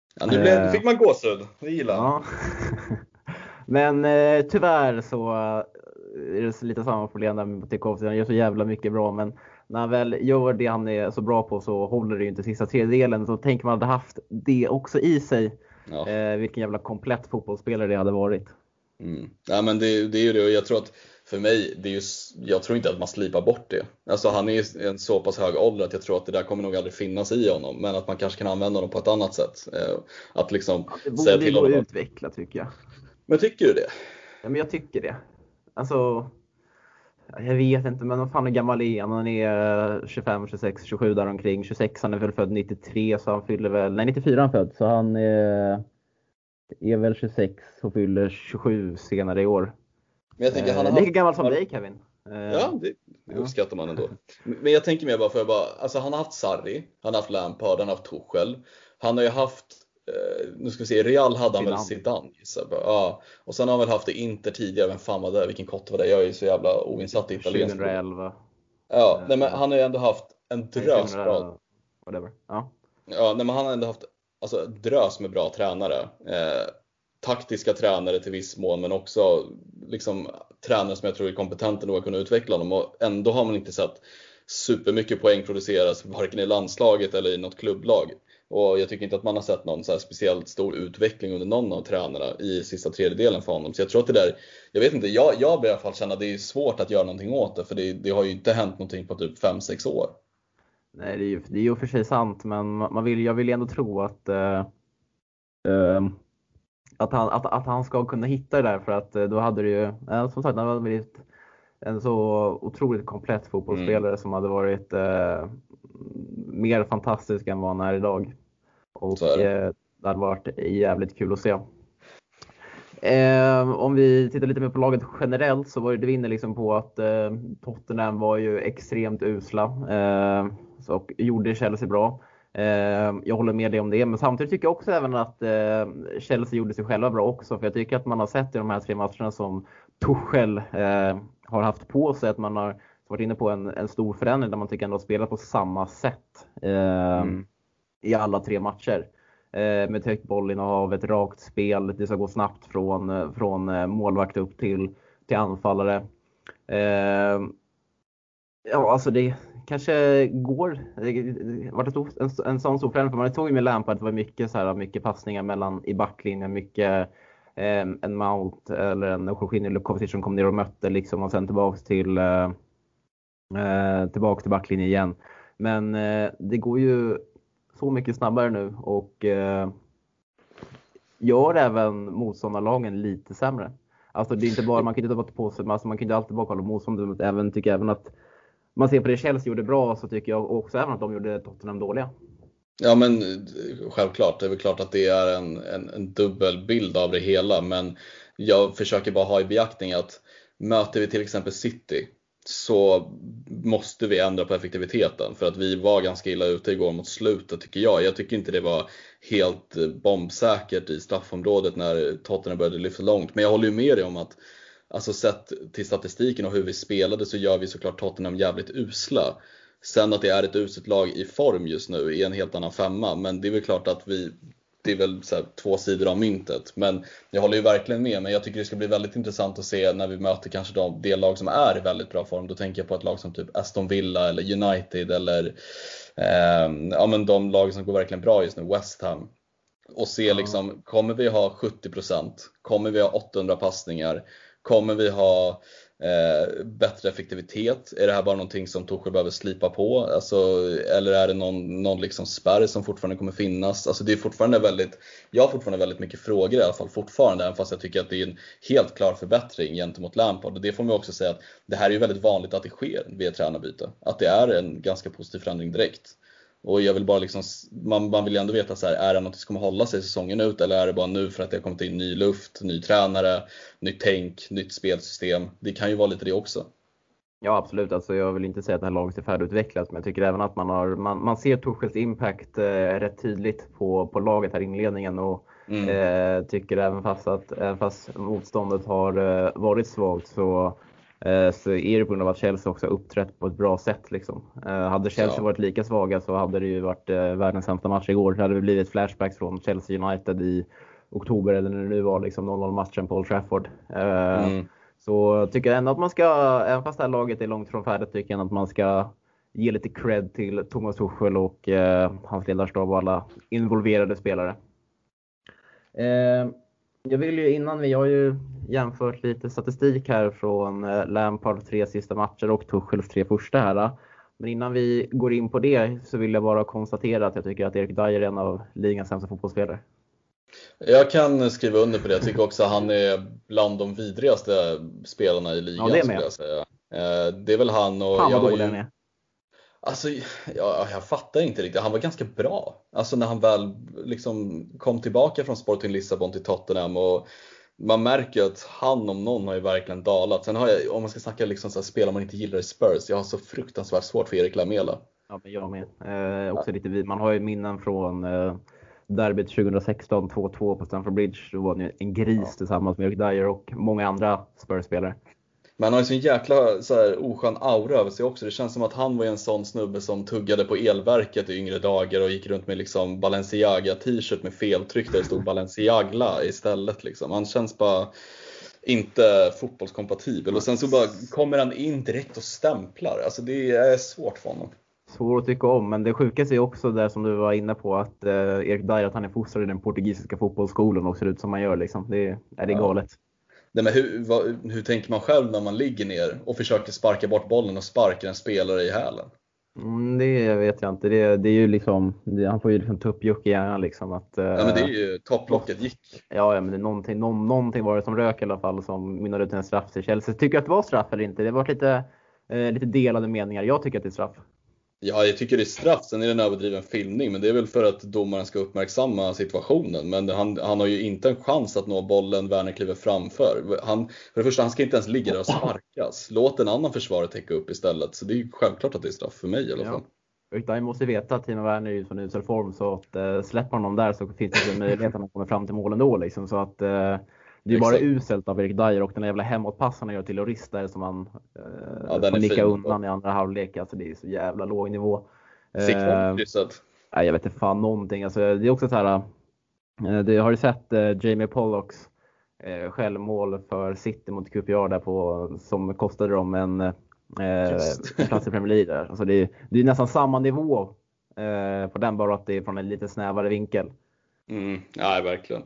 Speaker 1: nu fick man gåshud, det gillar
Speaker 2: ja. Men tyvärr så är det lite samma problem där med Mateo Kovacic. Han gör så jävla mycket bra, men när han väl gör det han är så bra på så håller det ju inte sista tredjedelen. Så tänker man hade haft det också i sig. Ja. Vilken jävla komplett fotbollsspelare det hade varit.
Speaker 1: Ja, men det är ju det, och jag tror att för mig, jag tror inte att man slipar bort det. Alltså han är en så pass hög ålder att jag tror att det där kommer nog aldrig finnas i honom. Men att man kanske kan använda honom på ett annat sätt. Att liksom
Speaker 2: det säga till honom. Det borde utveckla, tycker jag.
Speaker 1: Men tycker du det?
Speaker 2: Ja, men jag tycker det. Alltså, jag vet inte, men vad fan är gammal är han? Han är 25, 26, 27 där omkring. 26, han är väl född 93, så han fyller väl... Nej, 94 han född, så han är väl 26 och fyller 27 senare i år.
Speaker 1: Men jag tänker,
Speaker 2: lika gammal som dig, Kevin.
Speaker 1: Ja, det uppskattar man ändå. Men jag tänker mer alltså han har haft Sarri, han har haft Lampard, han har haft Tuchel. Han har ju haft, nu ska vi se, Real hade han väl Zidane. Ja. Och sen har han väl haft det Inter tidigare, vem fan var det? Vilken kott var det? Jag är ju så jävla oinsatt i italiensk.
Speaker 2: 2011.
Speaker 1: Ja, nej, men han har ju ändå haft en drös bra.
Speaker 2: Whatever. Ja.
Speaker 1: Ja, nej, men han har ändå haft alltså drös med bra tränare. Taktiska tränare till viss mån, men också liksom tränare som jag tror är kompetenta nog att kunna utveckla dem, och ändå har man inte sett supermycket poäng produceras varken i landslaget eller i något klubblag. Och jag tycker inte att man har sett någon så här speciellt stor utveckling under någon av tränarna i sista tredjedelen för honom. Så jag tror att det där, jag vet inte, jag börjar i alla fall känna att det är svårt att göra någonting åt det, för det har ju inte hänt någonting på typ 5-6 år.
Speaker 2: Nej, det är ju för sig sant, men jag vill ändå tro att han ska kunna hitta det där, för att då hade det ju, som sagt, det hade blivit en så otroligt komplett fotbollsspelare som hade varit mer fantastisk än vad han är idag. Och det hade varit jävligt kul att se. Om vi tittar lite mer på laget generellt, så var det vinner liksom på att Tottenham var ju extremt usla och gjorde Chelsea bra. Jag håller med dig om det, men samtidigt tycker jag också även att Chelsea gjorde sig själva bra också, för jag tycker att man har sett i de här 3 matcherna som Tuchel har haft på sig att man har varit inne på en stor förändring där man tycker ändå har spelat på samma sätt i alla 3 matcher. Med ett högt bollinnehav, ett rakt spel, det ska gå snabbt från målvakt upp till anfallare. Ja, alltså det kanske går. Det var en sån stor förändring, för man tog ju med Lampard, det var mycket passningar i backlinjen, mycket en Mount eller en Jorginho Lukovic som kom ner och mötte liksom, och sen tillbaks till backlinjen igen. Men det går ju så mycket snabbare nu, och gör även motståndarlagen lite sämre. Alltså det är inte bara, man kan inte ta på sig, alltså man kan inte alltid bara kolla motståndarlagen, tycker även att man ser på det Chelsea gjorde bra, så tycker jag också även att de gjorde Tottenham dåliga.
Speaker 1: Ja, men självklart, det är väl klart att det är en dubbel bild av det hela, men jag försöker bara ha i beaktning att möter vi till exempel City, så måste vi ändra på effektiviteten, för att vi var ganska illa ute igår mot slutet, tycker jag. Jag tycker inte det var helt bombsäkert i straffområdet när Tottenham började lyfta långt, men jag håller ju med dig om att alltså sett till statistiken och hur vi spelade, så gör vi såklart Tottenham jävligt usla. Sen att det är ett uselt lag i form just nu är en helt annan femma, men det är väl klart att det är väl så här 2 sidor av myntet. Men jag håller ju verkligen med, men jag tycker det ska bli väldigt intressant att se när vi möter kanske det lag som är i väldigt bra form. Då tänker jag på ett lag som typ Aston Villa eller United eller ja, men de lag som går verkligen bra just nu, West Ham. Och se liksom, kommer vi ha 70%? Kommer vi ha 800 passningar? Kommer vi ha bättre effektivitet? Är det här bara någonting som Tuchel behöver slipa på? Alltså, eller är det någon liksom spärr som fortfarande kommer finnas? Alltså det är fortfarande jag har fortfarande väldigt mycket frågor i alla fall fortfarande, även fast jag tycker att det är en helt klar förbättring gentemot Lampard. Och det får man också säga att det här är ju väldigt vanligt att det sker vid ett tränarbyte. Att det är en ganska positiv förändring direkt. Och jag vill bara liksom, man vill ju ändå veta så här, är det något som kommer hålla sig säsongen ut, eller är det bara nu för att det har kommit in ny luft, ny tränare, nytt tänk, nytt spelsystem? Det kan ju vara lite det också.
Speaker 2: Ja, absolut. Alltså, jag vill inte säga att det här laget är färdigutvecklat, men jag tycker även att man ser Tuchels impact rätt tydligt på laget här i inledningen, och tycker även fast motståndet har varit svagt, så är det på grund av att Chelsea också har uppträtt på ett bra sätt liksom. Hade Chelsea varit lika svaga, så hade det ju varit världens sämsta match igår. Det hade blivit flashbacks från Chelsea United i oktober, eller när det nu var liksom 0-0 matchen på Old Trafford. Så tycker jag ändå att man ska, även fast det här laget är långt från färdigt, tycker jag att man ska ge lite cred till Thomas Tuchel och hans ledarstab och alla involverade spelare. Jag vill ju vi har ju jämfört lite statistik här från Lampard 3 sista matcher och Tuchels 3 första här. Men innan vi går in på det, så vill jag bara konstatera att jag tycker att Eric Dier är en av ligans sämsta fotbollsspelare.
Speaker 1: Jag kan skriva under på det. Jag tycker också att han är bland de vidrigaste spelarna i ligan, skulle jag säga. Det är väl han, och
Speaker 2: jag har ju...
Speaker 1: Alltså, jag fattar inte riktigt. Han var ganska bra. Alltså när han väl liksom kom tillbaka från Sporting Lissabon till Tottenham, och man märker att han om någon har ju verkligen dalat. Sen har jag, om man ska snacka liksom så här spel man inte gillar i Spurs, jag har så fruktansvärt svårt för Erik Lamela.
Speaker 2: Ja, men jag med. Också lite man har ju minnen från derbyt 2016, 2-2 på Stamford Bridge. Då var det en gris tillsammans med Eric Dyer och många andra Spurs-spelare.
Speaker 1: Men han har ju så en jäkla så här, oskön aura över sig också. Det känns som att han var en sån snubbe som tuggade på elverket i yngre dagar och gick runt med liksom Balenciaga t-shirt med feltryck där det stod Balenciagla istället liksom. Han känns bara inte fotbollskompatibel. Och sen så bara kommer han in direkt och stämplar. Alltså det är svårt för honom.
Speaker 2: Svårt att tycka om, men det sjukaste är också där som du var inne på att Erik Dyer, att han är fostrad i den portugisiska fotbollsskolan och ser ut som man gör liksom. Det är galet.
Speaker 1: Nej, men hur tänker man själv när man ligger ner och försöker sparka bort bollen och sparka en spelare i hälen?
Speaker 2: Det vet jag inte. Det är ju liksom, han får ju liksom ta upp juck i hjärnan liksom att...
Speaker 1: Ja, men det är ju topplocket gick.
Speaker 2: Ja, men det är någonting var det som rök i alla fall som mynnade ut en straff till Chelsea. Tycker du att det var straff eller inte? Det har varit lite delade meningar. Jag tycker att det är straff.
Speaker 1: Ja, jag tycker det är straff. Sen är det en överdriven filmning. Men det är väl för att domaren ska uppmärksamma situationen. Men han har ju inte en chans att nå bollen. Werner kliver framför. För det första, han ska inte ens ligga där och sparkas. Låt en annan försvarare täcka upp istället. Så det är ju självklart att det är straff för mig i alla fall.
Speaker 2: Jag måste veta att Timo Werner är i en usel form. Så att släpper honom där så finns det en möjlighet att han kommer fram till målen då. Liksom. Så att... Det är bara uselt av Erik Dyer och den jävla hemåtpassen han gör till Lloris där som han får nicka undan i andra halvlek. Alltså det är så jävla låg nivå.
Speaker 1: Fick han krysset?
Speaker 2: Nej, jag vet inte fan någonting. Alltså, det är också så här. Det har du sett Jamie Pollocks självmål för City mot QPR där som kostade dem en plats i Premier League där. Alltså det är nästan samma nivå på den, bara att det är från en lite snävare vinkel.
Speaker 1: Ja, verkligen.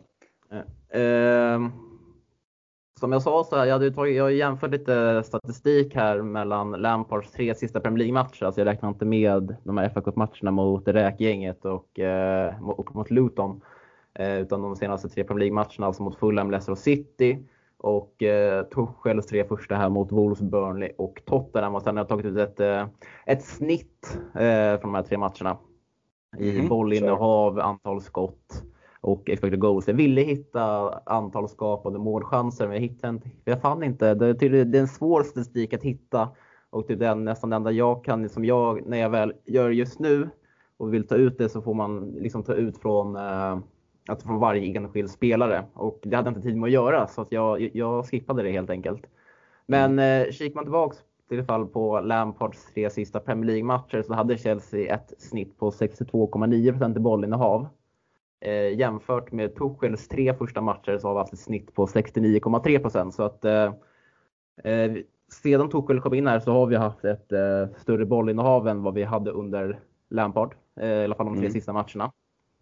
Speaker 2: Som jag sa så här, jag har jämfört lite statistik här mellan Lampards 3 sista Premier League-matcher. Alltså jag räknar inte med de här FA Cup-matcherna mot räkgänget och mot Luton. Utan de senaste 3 Premier League-matcherna, alltså mot Fulham, Leicester och City. Och Tuchels 3 första här mot Wolves, Burnley och Tottenham. Och sen har jag tagit ut ett snitt från de här 3 matcherna. I bollinnehav, antal skott och expected goals. Jag ville hitta antal skapade målchanser, men jag fann inte. Det är en svår statistik att hitta. Och det är nästan det enda jag kan, när jag väl gör just nu och vill ta ut det, så får man liksom ta ut från varje enskild spelare. Och det hade jag inte tid med att göra, så att jag skippade det helt enkelt. Men kikar man tillbaka i alla fall på Lampards 3 sista Premier League-matcher, så hade Chelsea ett snitt på 62,9% i bollinnehav. Jämfört med Tuchels 3 första matcher så har vi haft ett snitt på 69,3%. Så att sedan Tuchel kom in här så har vi haft ett större bollinnehav än vad vi hade under Lampard. I alla fall de 3 sista matcherna.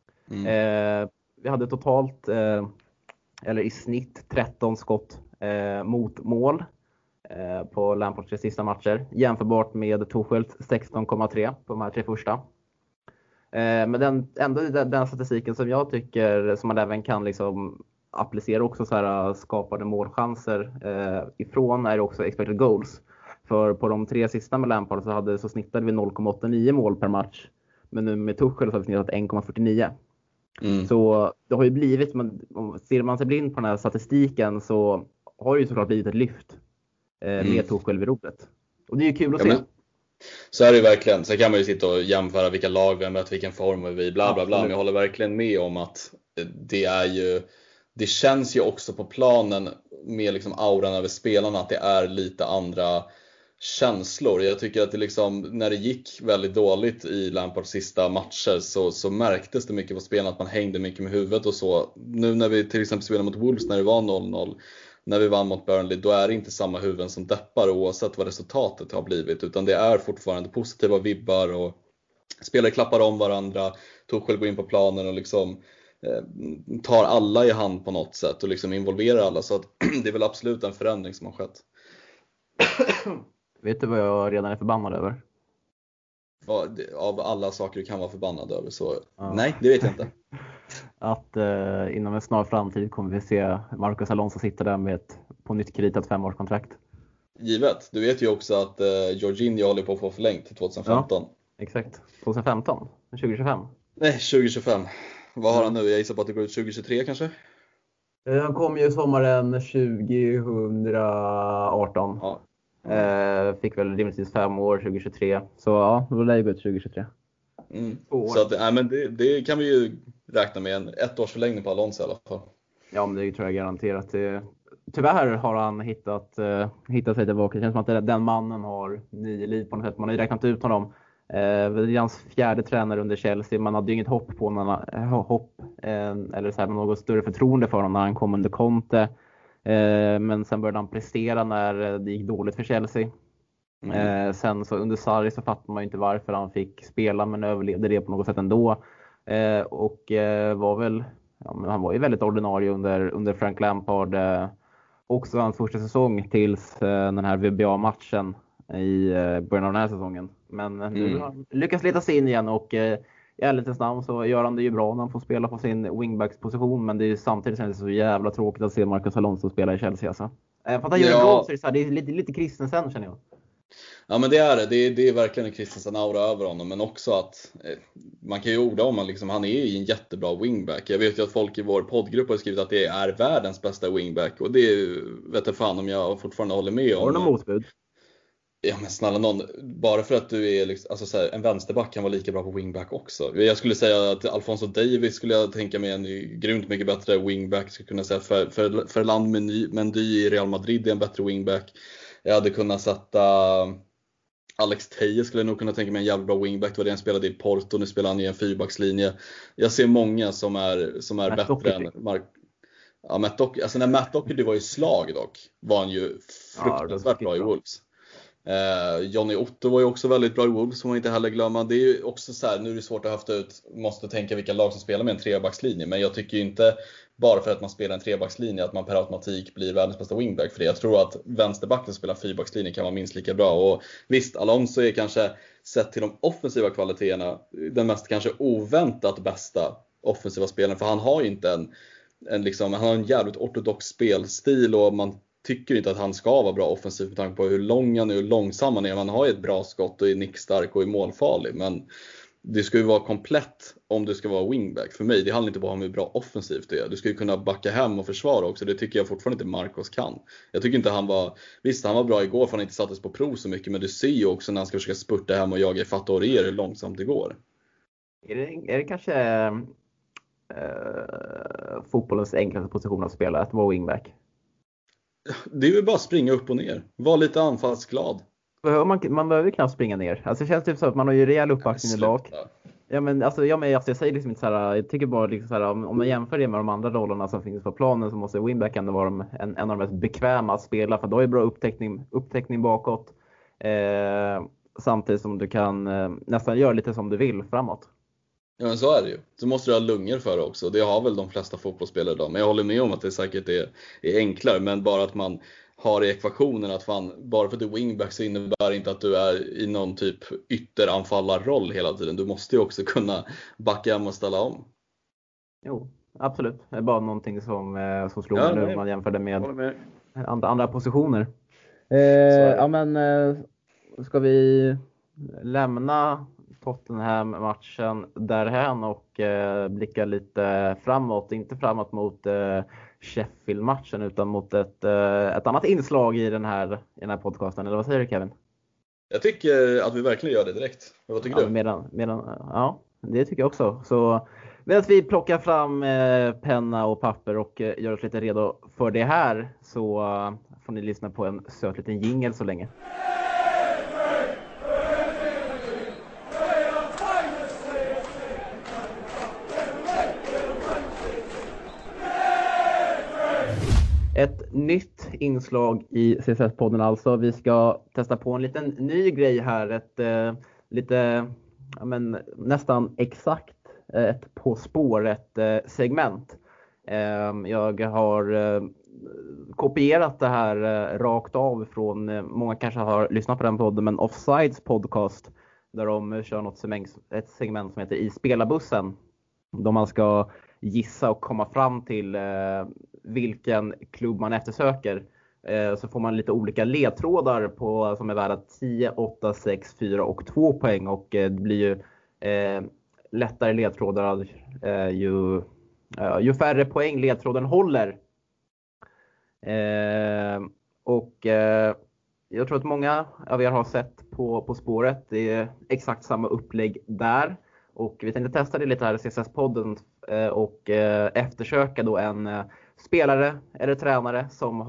Speaker 2: Vi hade totalt, eller i snitt, 13 skott mot mål på Lampards 3 sista matcher. Jämförbart med Tuchels 16,3 på de här 3 första. Men den statistiken som jag tycker, som man även kan liksom applicera också så här skapade målchanser ifrån, är också expected goals. För på de 3 sista med Lampard så snittade vi 0,89 mål per match. Men nu med Tuchel så har vi snittat 1,49. Så det har ju blivit, ser man sig blind på den här statistiken, så har det ju såklart blivit ett lyft med Tuchel vid rodret. Och det är ju kul att se.
Speaker 1: Så är det ju verkligen. Så kan man ju sitta och jämföra vilka lag vi har mött, vilken form vi bla bla bla. Men jag håller verkligen med om att det känns ju också på planen med liksom auran över spelarna att det är lite andra känslor. Jag tycker att det liksom, när det gick väldigt dåligt i Lampards sista matcher så märktes det mycket på spelarna att man hängde mycket med huvudet och så. Nu när vi till exempel spelade mot Wolves när det var 0-0, när vi vann mot Burnley, då är det inte samma huvuden som deppar oavsett vad resultatet har blivit, utan det är fortfarande positiva vibbar och spelare klappar om varandra. Tuchel går in på planen och liksom tar alla i hand på något sätt och liksom involverar alla, så att det är väl absolut en förändring som har skett.
Speaker 2: Vet du vad jag redan är förbannad över?
Speaker 1: Av alla saker du kan vara förbannad över, så nej, det vet jag inte.
Speaker 2: Att inom en snar framtid kommer vi se Marcos Alonso sitta där med ett på nytt kreditat 5-årskontrakt.
Speaker 1: Givet, du vet ju också att Jorginho håller på att få förlängt till 2015.
Speaker 2: Ja, exakt, 2015, 2025.
Speaker 1: Nej, 2025. Vad har han nu? Jag gissar på att det går ut 2023 kanske?
Speaker 2: Han kom ju sommaren 2018.
Speaker 1: Ja.
Speaker 2: Fick väl rimligtvis 5 år 2023. Så ja, det var läget 2023.
Speaker 1: Så att, men det kan vi ju räkna med, en 1-årsförlängning på Alonso i alla fall.
Speaker 2: Ja, men det tror jag garanterat. Tyvärr har han hittat sig tillbaka. Det känns som att den mannen har 9 liv på något sätt. Man har ju räknat ut honom. Det är hans 4:e tränare under Chelsea. Man hade ju inget hopp på eller så här, något större förtroende för honom när han kom under Conte. Men sen började han prestera när det gick dåligt för Chelsea. Sen så under Sarri så fattar man ju inte varför han fick spela, men överlevde det på något sätt ändå. Och var väl, han var ju väldigt ordinarie under Frank Lampard. Också hans första säsong tills den här VBA-matchen i början av den här säsongen. Men nu har han lyckats leta sig in igen, och i ärlighetens namn så gör han det ju bra när han får spela på sin wingbacks-position. Men det är ju samtidigt så jävla tråkigt att se Marcus Alonso spela i Chelsea. Alltså. För att han gör det bra, så det är lite Christensen, känner jag.
Speaker 1: Ja, men det är det. Det är verkligen en Christensen-aura över honom. Men också att man kan ju orda om liksom, han är ju en jättebra wingback. Jag vet ju att folk i vår poddgrupp har skrivit att det är världens bästa wingback. Och det vet jag fan om jag fortfarande håller med om.
Speaker 2: Har du någon motbud?
Speaker 1: Ja, men snälla någon, bara för att du är liksom, alltså så här, en vänsterback kan vara lika bra på wingback också. Jag skulle säga att Alphonso Davies skulle jag tänka mig en grymt mycket bättre wingback. Skulle kunna säga för land Mendy i Real Madrid är en bättre wingback. Jag hade kunnat sätta Alex Teje, skulle jag nog kunna tänka mig en jävla bra wingback. Det var det han spelade i Porto, nu spelar han i en 4-backslinje. Jag ser många som är bättre än Mark. Ja, Matt Doherty, alltså när Matt Doherty var i slag dock, var han ju fruktansvärt bra i Wolves. Johnny Otto var ju också väldigt bra i Wolves, som man inte heller glömma. Det är ju också så här, nu är det svårt att höfta ut, måste tänka vilka lag som spelar med en 3-backslinje. Men jag tycker ju inte bara för att man spelar en 3-backslinje att man per automatik blir världens bästa wingback. För det. Jag tror att vänsterbacken som spelar 4-backslinje kan vara minst lika bra. Och visst, Alonso är kanske, sett till de offensiva kvaliteterna, den mest kanske oväntat bästa offensiva spelaren. För han har ju inte han har en jävligt ortodox spelstil, och man tycker inte att han ska vara bra offensivt med tanke på hur lång han är och långsam han är. Man har ju ett bra skott och är nickstark och är målfarlig. Men det ska ju vara komplett om du ska vara wingback. För mig, det handlar inte bara om hur bra offensivt det är. Du ska ju kunna backa hem och försvara också. Det tycker jag fortfarande inte Marcos kan. Jag tycker inte han var bra igår för han inte sattes på prov så mycket. Men du ser ju också när han ska försöka spurta hem och jaga i fatt och hur långsamt det går.
Speaker 2: Är det kanske fotbollens enklaste position att spela, att vara wingback?
Speaker 1: Det är ju bara att springa upp och ner. Var lite anfallsglad.
Speaker 2: Man behöver knappt springa ner. Alltså det känns typ så att man har ju rejäl uppbackning i bak. Ja, men alltså jag säger liksom inte så här. Jag tycker bara liksom så här, om man jämför det med de andra rollerna som finns på planen, så måste wingback ändå vara en av de mest bekväma att spela, för då är det bra upptäckning bakåt. Samtidigt som du kan nästan göra lite som du vill framåt.
Speaker 1: Ja, men så är det ju. Så måste du ha lungor för det också. Det har väl de flesta fotbollsspelare idag. Men jag håller med om att det säkert är enklare. Men bara att man har i ekvationen att bara för att du är wingback så innebär inte att du är i någon typ ytteranfallarroll hela tiden. Du måste ju också kunna backa hem och ställa om.
Speaker 2: Jo, absolut. Det är bara någonting som slår mig nu när man jämför det med andra positioner. Ska vi lämna Tottenham-matchen därhän och blicka lite framåt, inte framåt mot Sheffield-matchen utan mot ett annat inslag i den här podcasten, eller vad säger du, Kevin?
Speaker 1: Jag tycker att vi verkligen gör det direkt. Vad tycker du?
Speaker 2: Ja, det tycker jag också. Så medan vi plockar fram penna och papper och gör oss lite redo för det här, så får ni lyssna på en söt liten jingle så länge. Ett nytt inslag i CSS-podden alltså. Vi ska testa på en liten ny grej här. Nästan exakt ett På spåret segment. Jag har kopierat det här rakt av från, många kanske har lyssnat på den podden, men Offsides podcast, där de kör ett segment som heter I spelarbussen. Då man ska gissa och komma fram till vilken klubb man eftersöker. Så får man lite olika ledtrådar som är värda 10, 8, 6, 4 och 2 poäng. Och det blir ju lättare ledtrådar ju färre poäng ledtråden håller. Och jag tror att många av er har sett på spåret. Det är exakt samma upplägg där. Och vi tänkte testa det lite här i CSS-podden och eftersöka då en spelare eller tränare som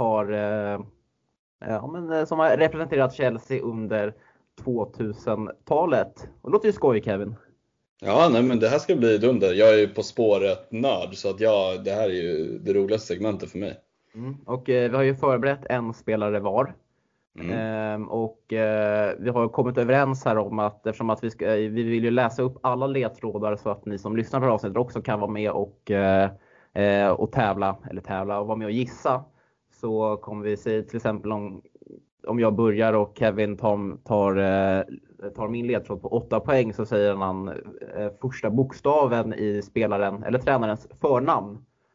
Speaker 2: som har representerat Chelsea under 2000-talet. Och det låter ju skoj, Kevin.
Speaker 1: Ja, nej, men det här ska bli dunder. Jag är ju på spåret nörd, så att det här är ju det roligaste segmentet för mig.
Speaker 2: Och vi har ju förberett en spelare var. Och vi har kommit överens här om att eftersom att vi vill ju läsa upp alla ledtrådar så att ni som lyssnar på avsnittet också kan vara med och tävla och vara med och gissa, så kommer vi se till exempel om jag börjar och Kevin tar min ledtråd på 8 poäng, så säger han första bokstaven i spelaren eller tränarens förnamn.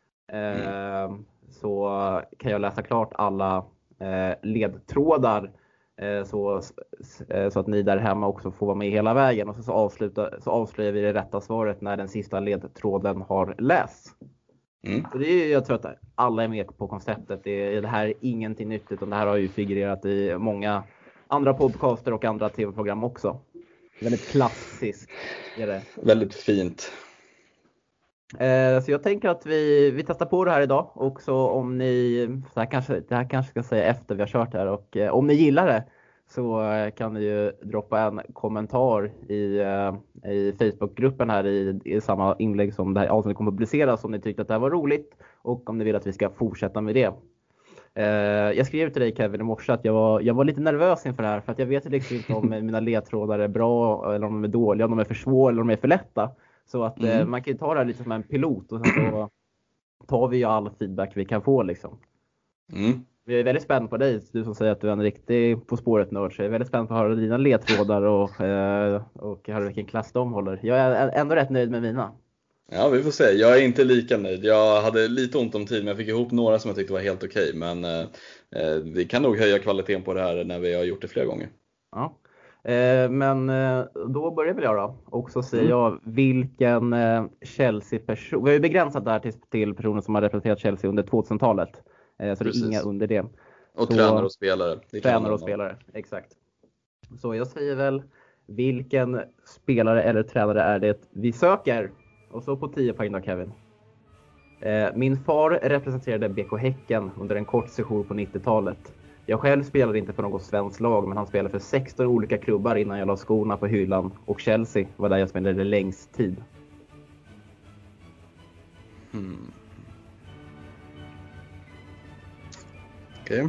Speaker 2: Så kan jag läsa klart alla ledtrådar så att ni där hemma också får vara med hela vägen, och så avslöjar vi det rätta svaret när den sista ledtråden har lästs. Så jag tror att alla är med på konceptet. Det här är ingenting nytt, utan det här har ju figurerat i många andra podcaster och andra tv-program också. Väldigt klassiskt är det.
Speaker 1: Väldigt fint.
Speaker 2: Så jag tänker att vi testar på det här idag. Och så om ni, det här kanske ska säga efter vi har kört här. Och om ni gillar det så kan ni ju droppa en kommentar i Facebookgruppen här i samma inlägg som det här avsnittet kommer att publiceras, om ni tyckte att det här var roligt och om ni vill att vi ska fortsätta med det. Jag skrev till dig, Kevin, i morse att jag var lite nervös inför det här, för att jag vet liksom inte om mina ledtrådar är bra eller om de är dåliga, om de är för svåra eller om de är för lätta. Så att man kan ju ta det här lite som en pilot, och sen så tar vi ju all feedback vi kan få liksom. Vi är väldigt spänd på dig, du som säger att du är en riktig På spåret-nörd. Så jag är väldigt spänd på att höra dina ledtrådar och höra vilken klass de håller. Jag är ändå rätt nöjd med mina.
Speaker 1: Ja, vi får se. Jag är inte lika nöjd. Jag hade lite ont om tid, men jag fick ihop några som jag tyckte var helt okej. Men vi kan nog höja kvaliteten på det här när vi har gjort det flera gånger.
Speaker 2: Ja. Men då börjar väl jag då. Och så säger jag vilken Chelsea-person. Vi har ju begränsat det här till personer som har representerat Chelsea under 2000-talet. Så precis. Det är inga under det.
Speaker 1: Och tränare och spelare.
Speaker 2: Tränare och spelare, exakt. Så jag säger väl, vilken spelare eller tränare är det vi söker? Och så på 10 poäng då, Kevin. Min far representerade BK Häcken under en kort session på 90-talet. Jag själv spelade inte för något svenskt lag, men han spelade för 16 olika klubbar innan jag la skorna på hyllan. Och Chelsea var där jag spelade längst tid.
Speaker 1: Okej.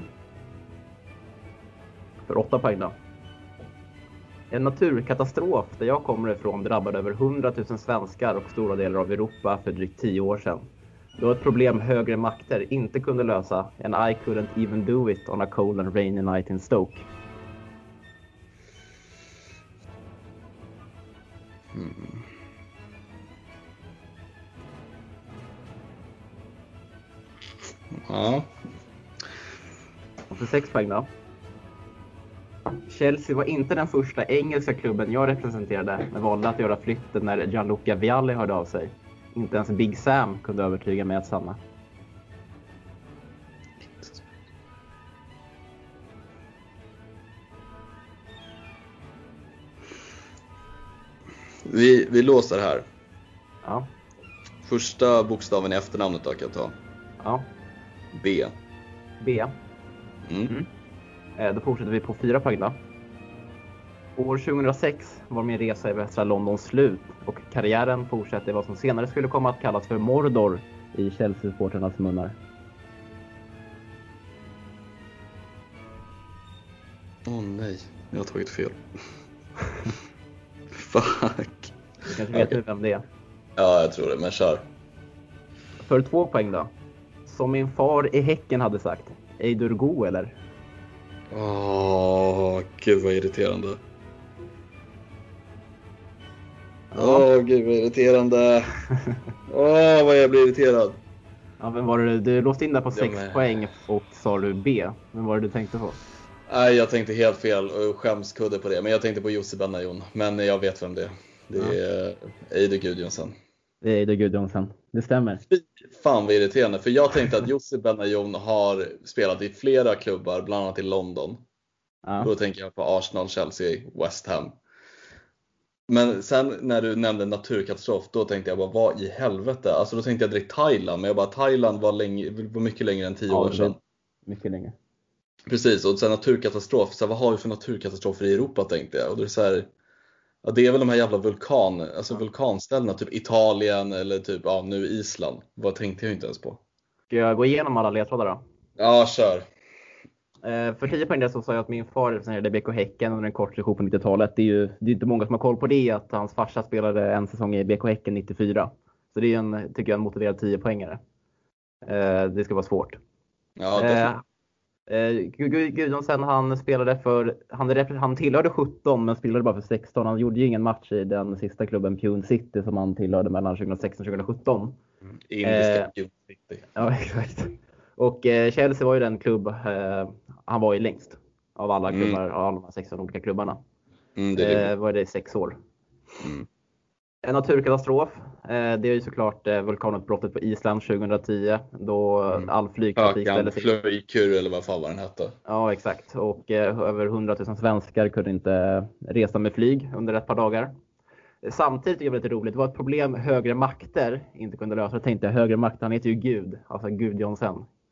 Speaker 2: För 8 poäng då. En naturkatastrof där jag kommer ifrån drabbade över 100 000 svenskar och stora delar av Europa för drygt 10 år sedan. Då ett problem högre makter inte kunde lösa, and I couldn't even do it on a cold and rainy night in Stoke.
Speaker 1: Ja.
Speaker 2: Och för 6 poäng då. Chelsea var inte den första engelska klubben jag representerade, men valde att göra flytten när Gianluca Vialli hörde av sig. Inte ens Big Sam kunde övertyga mig att stanna.
Speaker 1: Vi låser här.
Speaker 2: Ja.
Speaker 1: Första bokstaven i efternamnet då kan jag ta.
Speaker 2: Ja.
Speaker 1: B.
Speaker 2: B. Då fortsätter vi på 4 poäng då. År 2006 var min resa i västra London slut, och karriären fortsatte vad som senare skulle komma att kallas för Mordor i Chelsea-supporternas munnar.
Speaker 1: Nej, jag har tagit fel. Fuck.
Speaker 2: Du kanske vet vem det är.
Speaker 1: Ja, jag tror det, men kör.
Speaker 2: För 2 poäng då. Som min far i Häcken hade sagt. Eidur Go eller?
Speaker 1: Gud vad irriterande. Gud vad irriterande. Vad jag blir irriterad.
Speaker 2: Ja, vem var det? Du låste in där på 6 poäng och sa du B. Vem var det du tänkte på?
Speaker 1: Nej, jag tänkte helt fel och skämskudde på det. Men jag tänkte på Jussi Benayoun. Men jag vet vem det är. Det är Eidur Gudjohnsen.
Speaker 2: Det är det Gudjonsen. Det stämmer.
Speaker 1: Fy fan vad irriterande, för jag tänkte att Jussi Benayoun har spelat i flera klubbar, bland annat i London.
Speaker 2: Ja.
Speaker 1: Då tänker jag på Arsenal, Chelsea, West Ham. Men sen när du nämnde naturkatastrof, då tänkte jag bara, vad i helvete? Alltså då tänkte jag direkt Thailand, men jag bara, Thailand var mycket längre än 10 år sedan.
Speaker 2: Mycket längre.
Speaker 1: Precis, och sen naturkatastrof, så här, vad har vi för naturkatastrofer i Europa, tänkte jag. Och då är det så här, ja, det är väl de här jävla vulkanställena, typ Italien eller typ, ja, nu Island. Vad tänkte jag inte ens på.
Speaker 2: Ska jag gå igenom alla ledtrådar då?
Speaker 1: Ja, kör.
Speaker 2: För 10 poäng där så sa jag att min far representerade BK Häcken under en kort session på 90-talet. Det är inte många som har koll på det, att hans farsa spelade en säsong i BK Häcken 94. Så det är tycker jag, en motiverad 10-poängare. Det ska vara svårt.
Speaker 1: Ja,
Speaker 2: Gudjonsen, han spelade han tillhörde 17 men spelade bara för 16. Han gjorde ju ingen match i den sista klubben Pune City som han tillhörde mellan 2016 och 2017.
Speaker 1: Indiska Pune City.
Speaker 2: Ja, exakt. Och Chelsea var ju den klubb han var i längst av alla klubbar, av alla de här 16 olika klubbarna. Var det 6 år. En naturkatastrof. Det är ju såklart vulkanutbrottet på Island 2010 då all flygtrafik ställdes
Speaker 1: Flöjkur eller vad fan var den hette.
Speaker 2: Ja, exakt. Och över 100 000 svenskar kunde inte resa med flyg under ett par dagar. Samtidigt är det lite roligt. Det var ett problem högre makter inte kunde lösa. Jag tänkte högre makter, han heter ju Gud. Alltså Gudjonsen.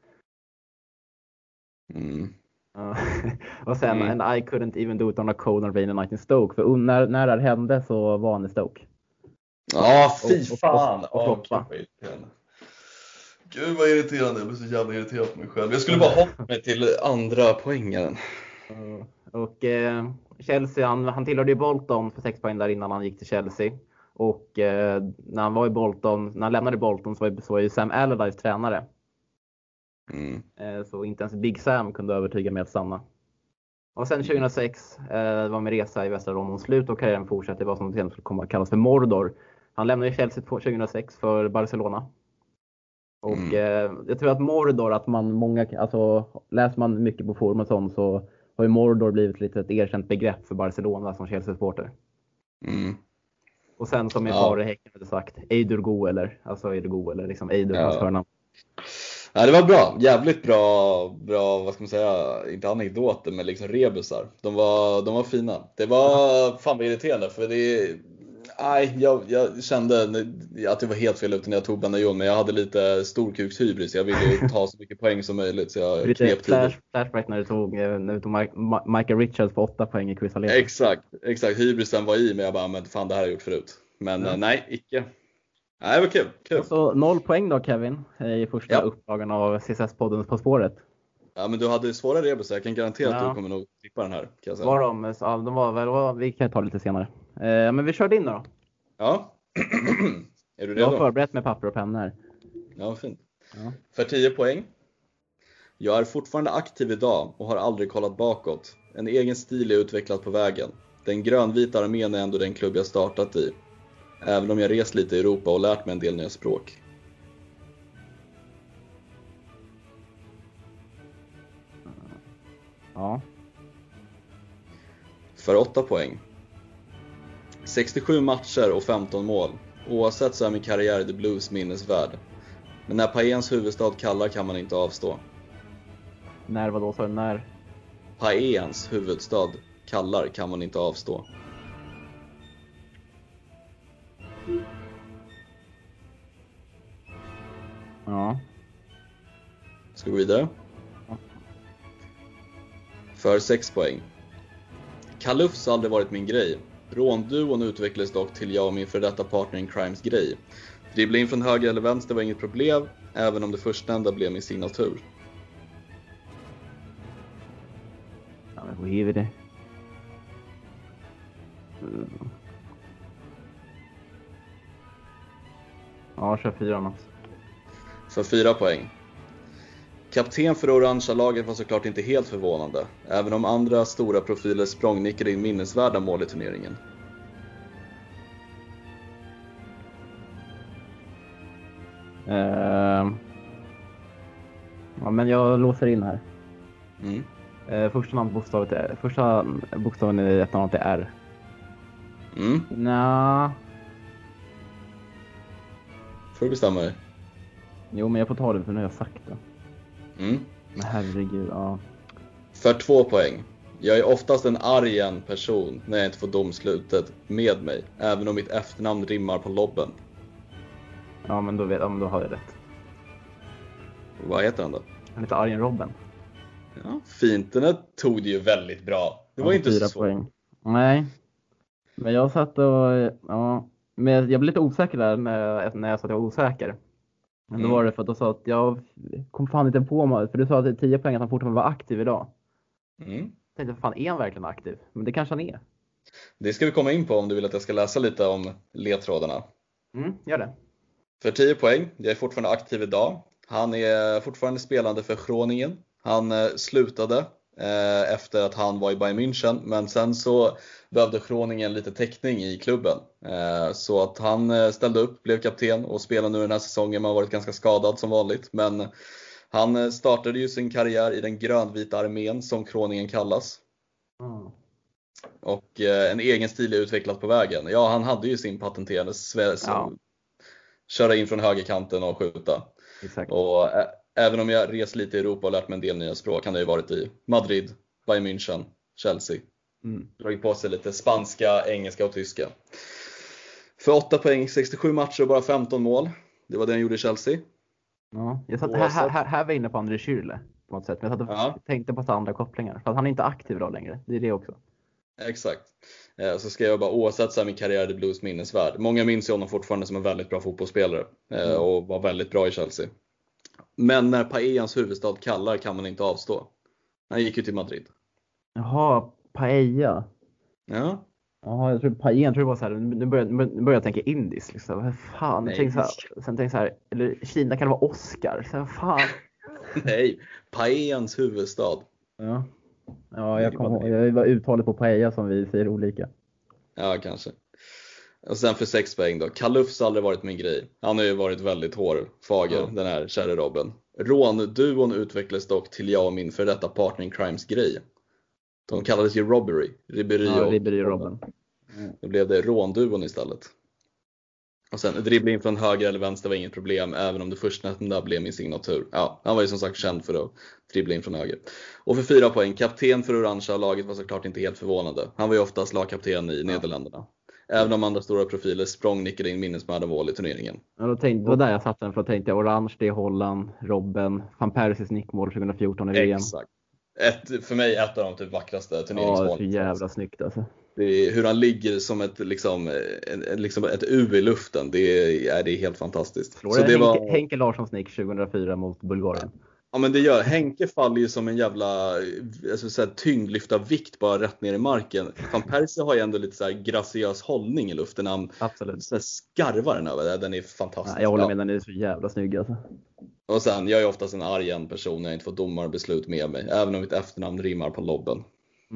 Speaker 2: Och sen and I couldn't even do it on a cold and rainy night in Stoke. För när det hände så var han i Stoke.
Speaker 1: Ja, fy fan.
Speaker 2: Och
Speaker 1: Gud vad irriterande. Jag blir så jävla irriterad på mig själv. Jag skulle bara hoppa mig till andra poängaren.
Speaker 2: Och Chelsea, han tillhörde ju Bolton för 6 poäng där innan han gick till Chelsea. Och när han var i Bolton, när han lämnade Bolton så var ju Sam Allardyce tränare. Så inte ens Big Sam kunde övertyga mig att stanna. Och sen 2006 var med resa i västra London slut och karriären fortsatte vad som sen skulle komma att kallas för Mordor. Han lämnade Chelsea 2006 för Barcelona. Och jag tror att Mordor, att läser man mycket på forum och sånt, så har ju Mordor blivit lite ett erkänt begrepp för Barcelona som Chelsea-supporter. Och sen som min far i Häcken hade sagt, Eidur eller liksom Eidur hans förnamn.
Speaker 1: Ja, det var bra. Jävligt bra, vad ska man säga, inte anekdoter men liksom rebusar. De var fina. Det var fan irriterande för jag kände att det var helt fel ut när jag tog Benayoun, men jag hade lite storkukshybris. Jag ville ju ta så mycket poäng som möjligt så jag
Speaker 2: lite flashback när du tog Michael Richards på 8 poäng i Crystal Palace.
Speaker 1: Exakt. Hybrisen var i, men jag bara, men fan, det här har jag gjort förut. Men nej, icke. Nej, det var kul.
Speaker 2: Så 0 poäng då, Kevin, i första upplagan av CSS-podden På spåret.
Speaker 1: Ja, men du hade svåra rebusar. Jag kan garantera att du kommer nog klippa den här. Kan jag säga.
Speaker 2: Var de var väl, vi kan ta lite senare. Men vi körde in då.
Speaker 1: Ja. Är du redo?
Speaker 2: Jag har förberett med papper och penna här.
Speaker 1: Ja, fint. Ja. För 10 poäng. Jag är fortfarande aktiv idag och har aldrig kollat bakåt. En egen stil är utvecklad på vägen. Den grönvita armén är ändå den klubb jag startat i. Även om jag rest lite i Europa och lärt mig en del nya språk.
Speaker 2: Ja.
Speaker 1: För 8 poäng. 67 matcher och 15 mål. Oavsett så är min karriär i The Blues minnesvärd. Men när Paens huvudstad kallar kan man inte avstå.
Speaker 2: När vadå sa du? När?
Speaker 1: Paens huvudstad kallar kan man inte avstå.
Speaker 2: Ja.
Speaker 1: Ska vi gå vidare?
Speaker 2: Ja.
Speaker 1: För 6 poäng. Kalufs har aldrig varit min grej. Rånduon utvecklades dock till jag och min för detta partner in crimes grej. Dribbla in från höger eller vänster var inget problem, även om det förstnämnda blev min signatur.
Speaker 2: Ja, men vad ger vi det? Ja, kör 4 Mats.
Speaker 1: För 4 poäng. Kapten för det orangea laget var såklart inte helt förvånande, även om andra stora profiler språngnickade in minnesvärda mål i turneringen.
Speaker 2: Ja, men jag låser in här.
Speaker 1: Mm.
Speaker 2: Första bokstaven i efternamnet är R.
Speaker 1: Mm.
Speaker 2: Nja.
Speaker 1: Får du bestämma dig.
Speaker 2: Jo, men jag får ta det för nu har jag sagt det.
Speaker 1: Mm.
Speaker 2: Men herregud, ja.
Speaker 1: För 2 poäng. Jag är oftast en arg person när jag inte får domslutet med mig, även om mitt efternamn rimmar på lobben.
Speaker 2: Ja, men då har jag rätt.
Speaker 1: Vad heter han då?
Speaker 2: Han heter Arjen Robben.
Speaker 1: Ja, fint. Den här tog det ju väldigt bra. Det var ju inte
Speaker 2: 4
Speaker 1: så.
Speaker 2: poäng. Nej. Men jag satt och... Ja. Men jag blev lite osäker där när jag sa att jag var osäker. Men då var det för att du sa att jag kom fan inte på mig. För du sa att det är 10 poäng att han fortfarande var aktiv idag. Jag tänkte, fan, är han verkligen aktiv? Men det kanske han är.
Speaker 1: Det ska vi komma in på om du vill att jag ska läsa lite om ledtrådarna.
Speaker 2: Gör det.
Speaker 1: För 10 poäng, jag är fortfarande aktiv idag. Han är fortfarande spelande för Groningen. Han slutade efter att han var i Bayern München. Men sen så behövde Groningen lite täckning i klubben. Så att han ställde upp, blev kapten och spelade nu den här säsongen. Man har varit ganska skadad som vanligt. Men han startade ju sin karriär i den grönvita armén som Groningen kallas. Och en egen stil är utvecklad på vägen. Ja, han hade ju sin patenterade köra in från högerkanten och skjuta.
Speaker 2: Exakt.
Speaker 1: Och även om jag reser lite i Europa och lärt mig en del nya språk, han har ju varit i Madrid, Bayern München, Chelsea. Dragit på sig lite spanska, engelska och tyska. För 8 poäng, 67 matcher och bara 15 mål. Det var det han gjorde i Chelsea.
Speaker 2: Ja, jag satt här var inne på André Schürrle på något sätt. Men jag satt och tänkte på andra kopplingar. För att han är inte aktiv idag längre. Det är det också.
Speaker 1: Exakt. Så ska jag bara, oavsett så är min karriär i Blues minnesvärd. Många minns ju honom fortfarande som en väldigt bra fotbollsspelare. Och var väldigt bra i Chelsea. Men när Paellas huvudstad kallar kan man inte avstå. Han gick ju till Madrid.
Speaker 2: Jaha, Paella.
Speaker 1: Ja.
Speaker 2: Jaha, jag tror det var så här. Nu börjar jag tänka indiskt liksom. Vad fan, sen tänkte jag så här, eller Kina kan det vara Oscar. Så fan.
Speaker 1: Nej, Paellas huvudstad.
Speaker 2: Ja, jag var uttalet på Paella som vi säger olika.
Speaker 1: Ja, kanske. Och sen för 6 poäng då. Kalufs har aldrig varit min grej. Han har ju varit väldigt hårfager, den här kära Robben. Rånduon utvecklades dock till jag och min för detta partner in crimes grej. De kallades ju Robbery. Ribéry och
Speaker 2: Robben.
Speaker 1: Då blev det rånduon istället. Och sen dribbla in från höger eller vänster var inget problem, även om det förstnämnda blev min signatur. Ja, han var ju som sagt känd för att dribbla in från höger. Och för 4 poäng, kapten för orangea laget var såklart inte helt förvånande. Han var ju oftast lagkapten i Nederländerna. Även om andra stora profiler nickade in minnesvärda mål i turneringen.
Speaker 2: Ja, det var där jag satt den, för då tänkte jag orange, det är Holland, Robben, Van Persies nickmål 2014 i VM.
Speaker 1: Exakt. För mig ett av de typ vackraste turneringsmålen.
Speaker 2: Ja, det är så jävla snyggt alltså.
Speaker 1: Det är, hur han ligger som ett ett U i luften, det är helt fantastiskt.
Speaker 2: Så det var Henke Larssons nick 2004 mot Bulgarien.
Speaker 1: Ja, men det gör. Henke faller ju som en jävla tyngdlyfta vikt bara rätt ner i marken. Van Persie har ju ändå lite så här graciös hållning i luften. Han skarvar den över. Den är fantastisk.
Speaker 2: Ja, jag håller med, den är så jävla snygg alltså.
Speaker 1: Och sen, jag är oftast en arg person när jag inte får domarbeslut med mig. Även om mitt efternamn rimmar på lobben.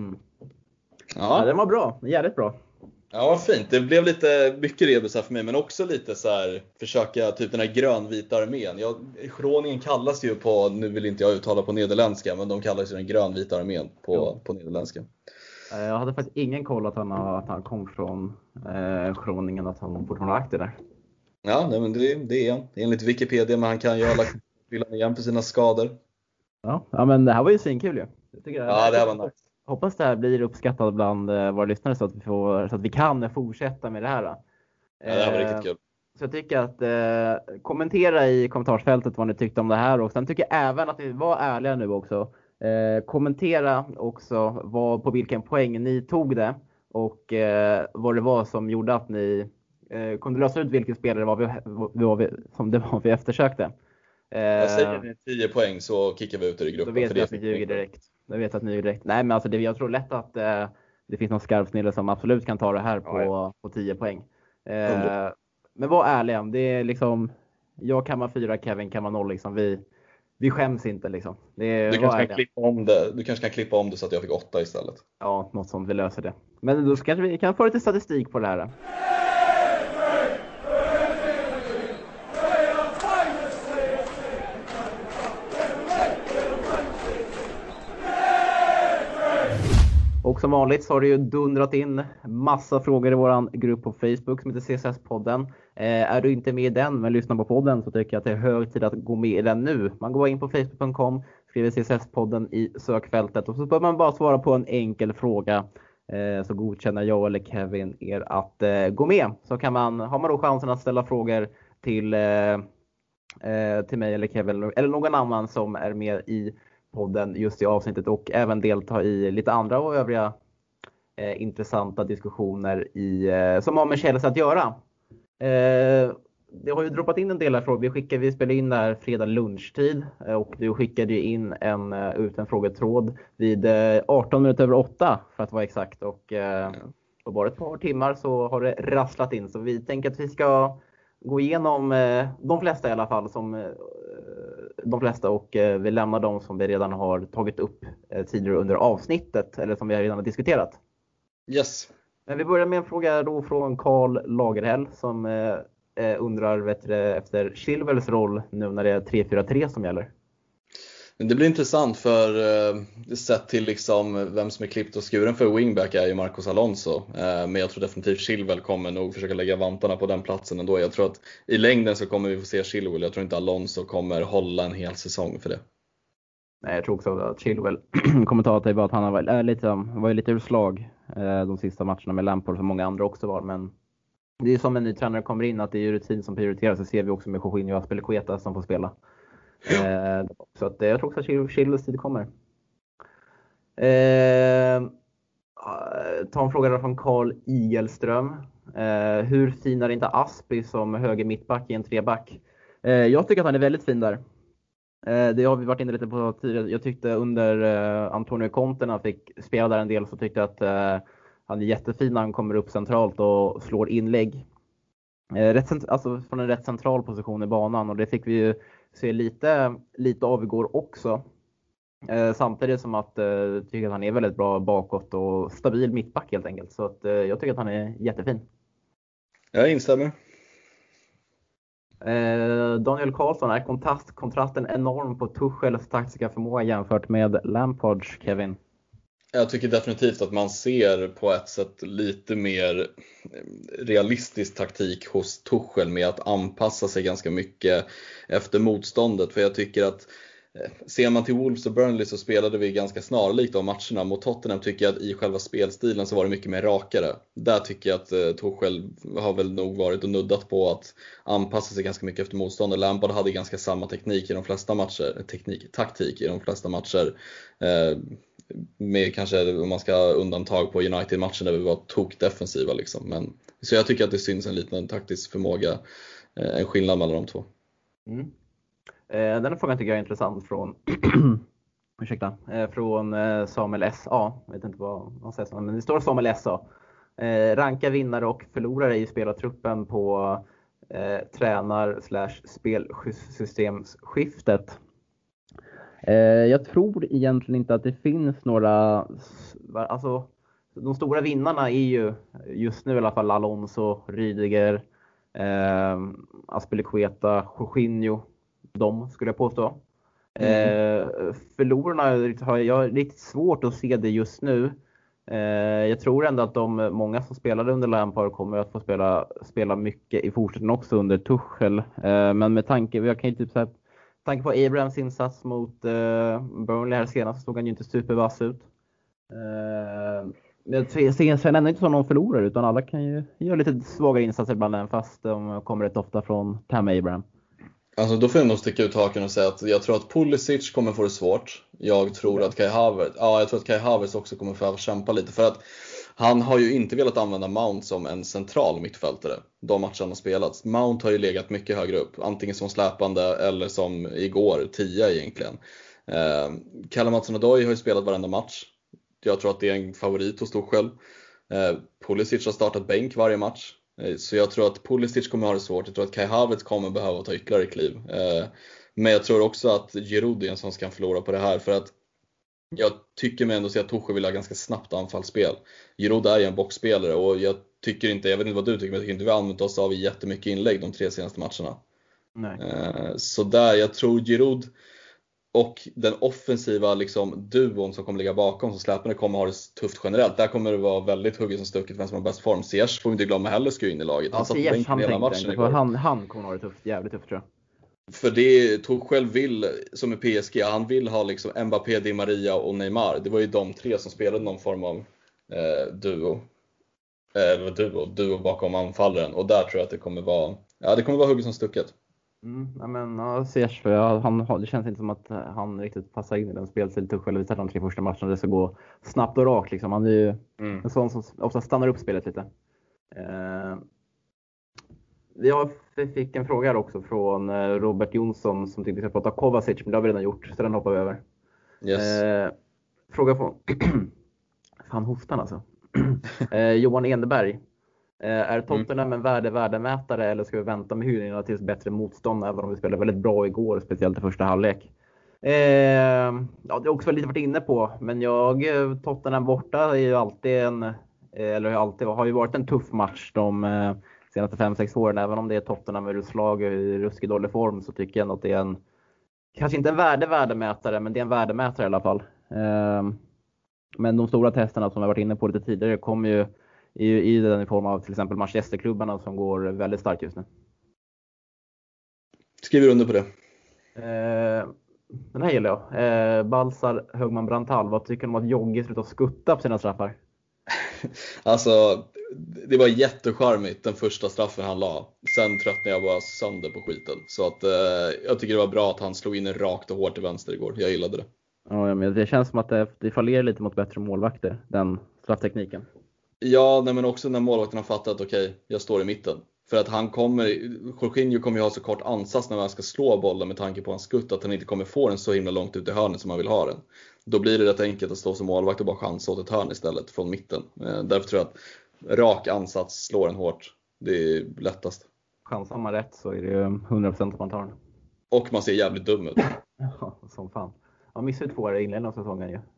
Speaker 2: Ja, den var bra. Jävligt bra.
Speaker 1: Ja, vad fint. Det blev lite mycket rebusar för mig, men också lite så här försöka typ den här grönvita armén. Groningen kallas ju på, nu vill inte jag uttala på nederländska, men de kallas ju den grönvita armén på nederländska.
Speaker 2: Jag hade faktiskt ingen koll att han kom från Groningen, att han fortfarande var aktiv där.
Speaker 1: Ja, nej, men det är han. Enligt Wikipedia, men han kan ju alla fylla igen för sina skador.
Speaker 2: Ja, men det här var ju svinkul ju.
Speaker 1: Det här var nice.
Speaker 2: Hoppas det här blir uppskattat bland våra lyssnare så att vi kan fortsätta med det här.
Speaker 1: Ja, det här var riktigt kul.
Speaker 2: Så jag tycker att kommentera i kommentarsfältet vad ni tyckte om det här. Och sen tycker jag även att ni var ärliga nu också. Kommentera också på vilken poäng ni tog det. Och vad det var som gjorde att ni kunde lösa ut vilken spelare vi eftersökte.
Speaker 1: Jag säger ni 10 poäng så kickar vi ut i gruppen.
Speaker 2: Då vet jag att ni ljuger direkt. Nej, men alltså jag tror lätt att det finns någon skarpsnille som absolut kan ta det här på 10 poäng. Men var ärliga. Det är liksom, jag kan vara 4, Kevin kan vara 0 liksom. Vi skäms inte liksom.
Speaker 1: Du kanske kan klippa om det så att jag fick 8 istället.
Speaker 2: Ja, något sånt, vi löser det. Men då kanske vi kan få lite statistik på det här. Och Och som vanligt så har det ju dundrat in massa frågor i våran grupp på Facebook som heter CSS-podden. Är du inte med i den men lyssnar på podden så tycker jag att det är hög tid att gå med i den nu. Man går in på facebook.com, skriver CSS-podden i sökfältet och så bör man bara svara på en enkel fråga. Så godkänner jag eller Kevin er att gå med. Så har man då chansen att ställa frågor till mig eller Kevin eller någon annan som är med i podden just i avsnittet och även delta i lite andra och övriga intressanta diskussioner som har med Chelsea att göra. Det har ju droppat in en del här frågor. Vi spelade in där fredag lunchtid och du skickade ju in ut en frågetråd vid 18 minuter över 8 för att vara exakt. Och på bara ett par timmar så har det rasslat in. Så vi tänker att vi ska gå igenom de flesta i alla fall. De flesta och vi lämnar de som vi redan har tagit upp tidigare under avsnittet. Eller som vi redan har diskuterat.
Speaker 1: Yes.
Speaker 2: Men vi börjar med en fråga då från Karl Lagerhäll som undrar efter Chilwells roll nu när det är 3-4-3 som gäller.
Speaker 1: Det blir intressant för sett till liksom vem som är klippt och skuren för wingback är ju Marcos Alonso. Men jag tror definitivt Chilwell kommer nog försöka lägga vantarna på den platsen ändå. Jag tror att i längden så kommer vi få se Chilwell. Jag tror inte Alonso kommer hålla en hel säsong för det.
Speaker 2: Nej, jag tror också att Chilwell kommentator var att han var lite ur slag de sista matcherna med Lampard som många andra också var. Men det är som en ny tränare kommer in att det är rutin som prioriteras. Så ser vi också med Jorginho och Azpilicueta som får spela. Så att jag tror också att Chilwells tid kommer. Ta en fråga från Carl Igelström. Hur fin är inte Aspi som höger mittback i en treback? Jag tycker att han är väldigt fin där. Det har vi varit inne lite på tidigare. Jag tyckte under Antonio Conte när han fick spela där en del så tyckte jag att han är jättefin när han kommer upp centralt och slår inlägg. Alltså från en rätt central position i banan och det fick vi ju se lite av igår också. Samtidigt som att jag tycker att han är väldigt bra bakåt och stabil mittback helt enkelt. Så att, jag tycker att han är jättefin.
Speaker 1: Jag instämmer.
Speaker 2: Daniel Karlsson, är kontrasten enorm på Tuchels taktiska förmåga jämfört med Lampards, Kevin?
Speaker 1: Jag tycker definitivt att man ser på ett sätt lite mer realistisk taktik hos Tuchel med att anpassa sig ganska mycket efter motståndet. För jag tycker att ser man till Wolves och Burnley så spelade vi ganska snarlikt av matcherna. Mot Tottenham tycker jag att i själva spelstilen så var det mycket mer rakare. Där tycker jag att Tuchel har väl nog varit och nuddat på att anpassa sig ganska mycket efter motståndet. Lampard hade ganska samma teknik i de flesta matcher. Taktik i de flesta matcher. Med kanske om man ska undantag på United-matchen där vi var tokdefensiva liksom. Men, så jag tycker att det syns en liten taktisk förmåga, en skillnad mellan de två.
Speaker 2: Den här frågan tycker jag är intressant från från Samuel S.A. Jag vet inte vad han säger, men det står Samuel S.A. Ranka vinnare och förlorare i spelartruppen på tränar/spelsystemsskiftet. Jag tror egentligen inte att det finns några, alltså de stora vinnarna är ju just nu i alla fall Alonso, Rydiger, Azpilicueta, Jorginho, de skulle jag påstå. Förlorarna har jag riktigt svårt att se det just nu. Jag tror ändå att många som spelade under Lampard kommer att få spela mycket i fortsättningen också under Tuchel. Men med tanke på Abrahams insats mot Burnley här senast så såg han ju inte supervass ut. Jag ser ändå inte som någon förlorare utan alla kan ju göra lite svagare insatser ibland även fast de kommer rätt ofta från Tammy Abraham.
Speaker 1: Alltså då får jag nog sticka ut haken och säga att jag tror att Pulisic kommer få det svårt. Jag tror att Kai Havertz också kommer få kämpa lite för att han har ju inte velat använda Mount som en central mittfältare. De matcherna har spelats. Mount har ju legat mycket högre upp. Antingen som släpande eller som igår, 10 egentligen. Callum Hudson-Odoi har ju spelat varenda match. Jag tror att det är en favorit hos Tuchel. Pulisic har startat bänk varje match. Så jag tror att Pulisic kommer ha det svårt. Jag tror att Kai Havertz kommer behöva ta ytterligare kliv. Men jag tror också att Giroud är en som kan förlora på det här. För att jag tycker mig ändå se att Tuchel vill ha ganska snabbt anfallsspel. Giroud är ju en boxspelare och jag vet inte vad du tycker, men jag tycker inte vi har använt oss av jättemycket inlägg de 3 senaste matcherna.
Speaker 2: Nej.
Speaker 1: Så där, jag tror Giroud och den offensiva liksom duon som kommer ligga bakom, så släparna kommer ha det tufft generellt. Där kommer det vara väldigt hugget som stucket vem som har bäst form. Ziyech får vi inte glömma heller, ska ju in i laget. Han satt på bänken hela matchen igår.
Speaker 2: Han kommer ha det tufft, jävligt tufft tror jag.
Speaker 1: För det Tuchel vill, som i PSG, han vill ha liksom Mbappé, Di Maria och Neymar. Det var ju de tre som spelade någon form av duo bakom anfallaren. Och där tror jag att det kommer vara hugget som stucket.
Speaker 2: Ziyech, det känns inte som att han riktigt passar in i den spelstil Tuchel visar de 3 första matcherna. Det ska gå snabbt och rakt liksom. Han är ju en sån som ofta stannar upp spelet lite. Jag fick en fråga här också från Robert Jonsson som tyckte att vi ska prata Kovacic, men det har vi redan gjort, så den hoppar vi över.
Speaker 1: Yes.
Speaker 2: Fråga från fan hostan alltså. Johan Enberg. Är Tottenham en värdemätare eller ska vi vänta med hyrningarna tills bättre motstånd, även om vi spelade väldigt bra igår, speciellt i första halvlek? Det har jag också lite varit inne på, men Tottenham borta är ju alltid har ju varit en tuff match de senaste 5-6 åren. Även om det är Tottenham med slag i ruskig dålig form, så tycker jag att det är kanske inte en värdemätare, men det är en värdemätare i alla fall. Men de stora testerna som jag varit inne på lite tidigare kommer ju i den i form av till exempel Manchesterklubbarna som går väldigt starkt just nu.
Speaker 1: Skriver under på det.
Speaker 2: Den här gillar jag. Balsar Högman Brantal, vad tycker du om att Jogge slutar skutta på sina straffar?
Speaker 1: Alltså, det var jättecharmigt den första straffen han la. Sen tröttnade jag bara sönder på skiten. Så att jag tycker det var bra att han slog in en rakt och hårt till vänster igår. Jag gillade det.
Speaker 2: Ja, men det känns som att det fallerar lite mot bättre målvakter, den strafftekniken.
Speaker 1: Ja, men också när målvakten har fattat att okej, jag står i mitten. För att Jorginho kommer ju ha så kort ansats när man ska slå bollen med tanke på hans skutt att han inte kommer få den så himla långt ut i hörnet som man vill ha den. Då blir det rätt enkelt att stå som målvakt och bara chansa åt ett hörn istället från mitten. Därför tror jag att rak ansats slår den hårt. Det är lättast.
Speaker 2: Chansar man rätt så är det 100% att man tar den.
Speaker 1: Och man ser jävligt dum ut.
Speaker 2: Ja, som fan. Han missade 2 i inledningen av säsongen ju.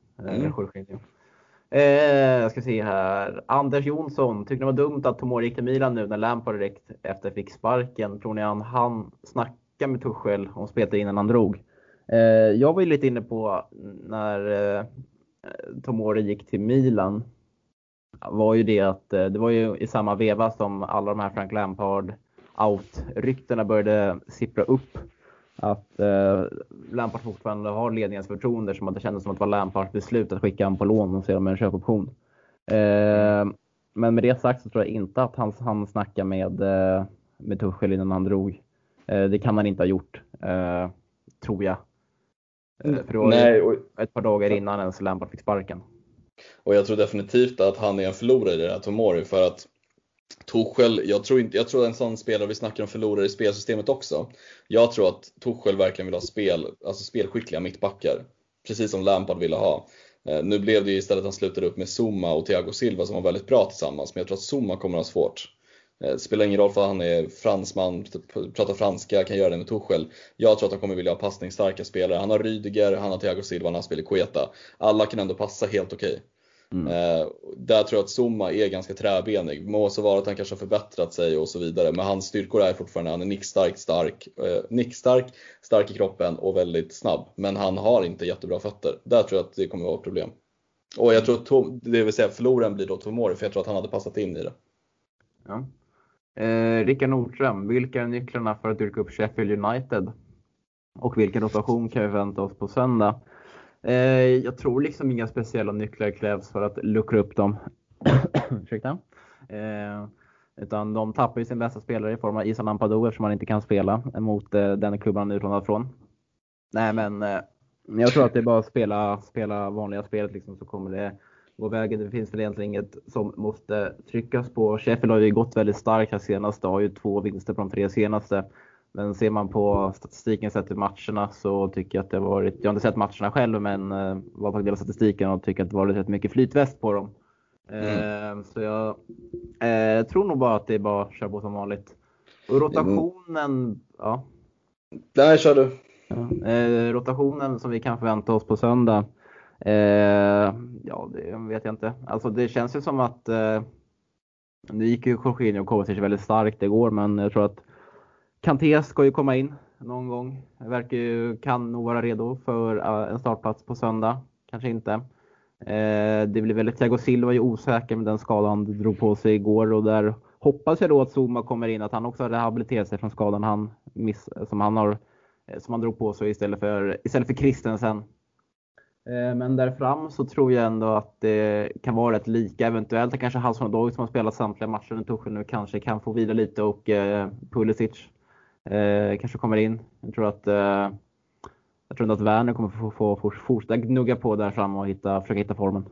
Speaker 2: Jag ska se här. Anders Jonsson, tycker ni det var dumt att Tomori gick till Milan nu när Lampard direkt efter fick sparken? Tror ni han snackade med Tuchel om spelet innan han drog? Jag var ju lite inne på när Tomori gick till Milan var ju det att det var ju i samma veva som alla de här Frank Lampard out-ryktena började sippra upp. Att Lampard fortfarande har ledningens förtroende, som att det kändes som att det var Lampards beslut att skicka honom på lån och se om en köpoption. Men med det sagt så tror jag inte att han snackar med Tuchel innan han drog. Det kan han inte ha gjort, tror jag. För då ett par dagar innan ens Lampard fick sparken.
Speaker 1: Och jag tror definitivt att han är en förlorare i det här Tomori, för att Tuchel, jag tror en sån spelare, vi snackar om förlorare i spelsystemet också. Jag tror att Tuchel verkligen vill ha spelskickliga mittbackar, precis som Lampard ville ha. Nu blev det ju istället att han slutade upp med Zuma och Thiago Silva som var väldigt bra tillsammans, men jag tror att Zuma kommer att ha svårt. Det spelar ingen roll för att han är fransman, pratar franska, kan göra det med Tuchel. Jag tror att han kommer vilja ha passningsstarka spelare. Han har Rüdiger, han har Thiago Silva, han har spelat Queta. Alla kan ändå passa helt okej. Där tror jag att Zuma är ganska träbenig. Må så vara att han kanske har förbättrat sig och så vidare, men hans styrkor är fortfarande, han är stark i kroppen och väldigt snabb. Men han har inte jättebra fötter. Där tror jag att det kommer att vara ett problem. Och jag tror att det vill säga förloraren blir då Tomori, för jag tror att han hade passat in i det.
Speaker 2: Ja. Rickard Nordström, vilka är nycklarna för att dyrka upp Sheffield United? Och vilken rotation kan vi vänta oss på söndag? Jag tror liksom inga speciella nycklar krävs för att luckra upp dem. Ursäkta. Utan de tappar ju sin bästa spelare i form av Isan Ampadu, eftersom man inte kan spela mot den klubban han är utlånad från. Nej, men jag tror att det är bara att spela vanliga spelet liksom, så kommer det gå vägen. Det finns väl egentligen inget som måste tryckas på. Sheffield har ju gått väldigt starkt här senaste, har ju 2 vinster på de 3 senaste. Men ser man på statistiken sett i matcherna så tycker jag att det har varit, jag har inte sett matcherna själv, men var tagit del av statistiken och tycker att det var rätt mycket flytväst på dem. Så jag tror nog bara att det är bara att köra på som vanligt. Och rotationen, ja.
Speaker 1: Där kör du.
Speaker 2: Rotationen som vi kan förvänta oss på söndag. Ja, det vet jag inte. Alltså det känns ju som att nu gick ju Jorginho och Kovacic väldigt starkt igår, men jag tror att Kanté ska ju komma in. någon gång. Kan nog vara redo för en startplats på söndag. Kanske inte. Det blir väl Thiago Silva är osäker med den skadan han drog på sig igår. Och där hoppas jag då att Zuma kommer in. Att han också har rehabiliterat sig från skadan som han drog på sig istället för Christensen. Men där fram så tror jag ändå att det kan vara rätt lika. Eventuellt kanske Hudson-Odoi som har spelat samtliga matcher under Tuchel nu kanske kan få vila lite och Pulisic kanske kommer in. Jag tror att Werner kommer få fortsätta gnugga på där fram och försöka hitta formen.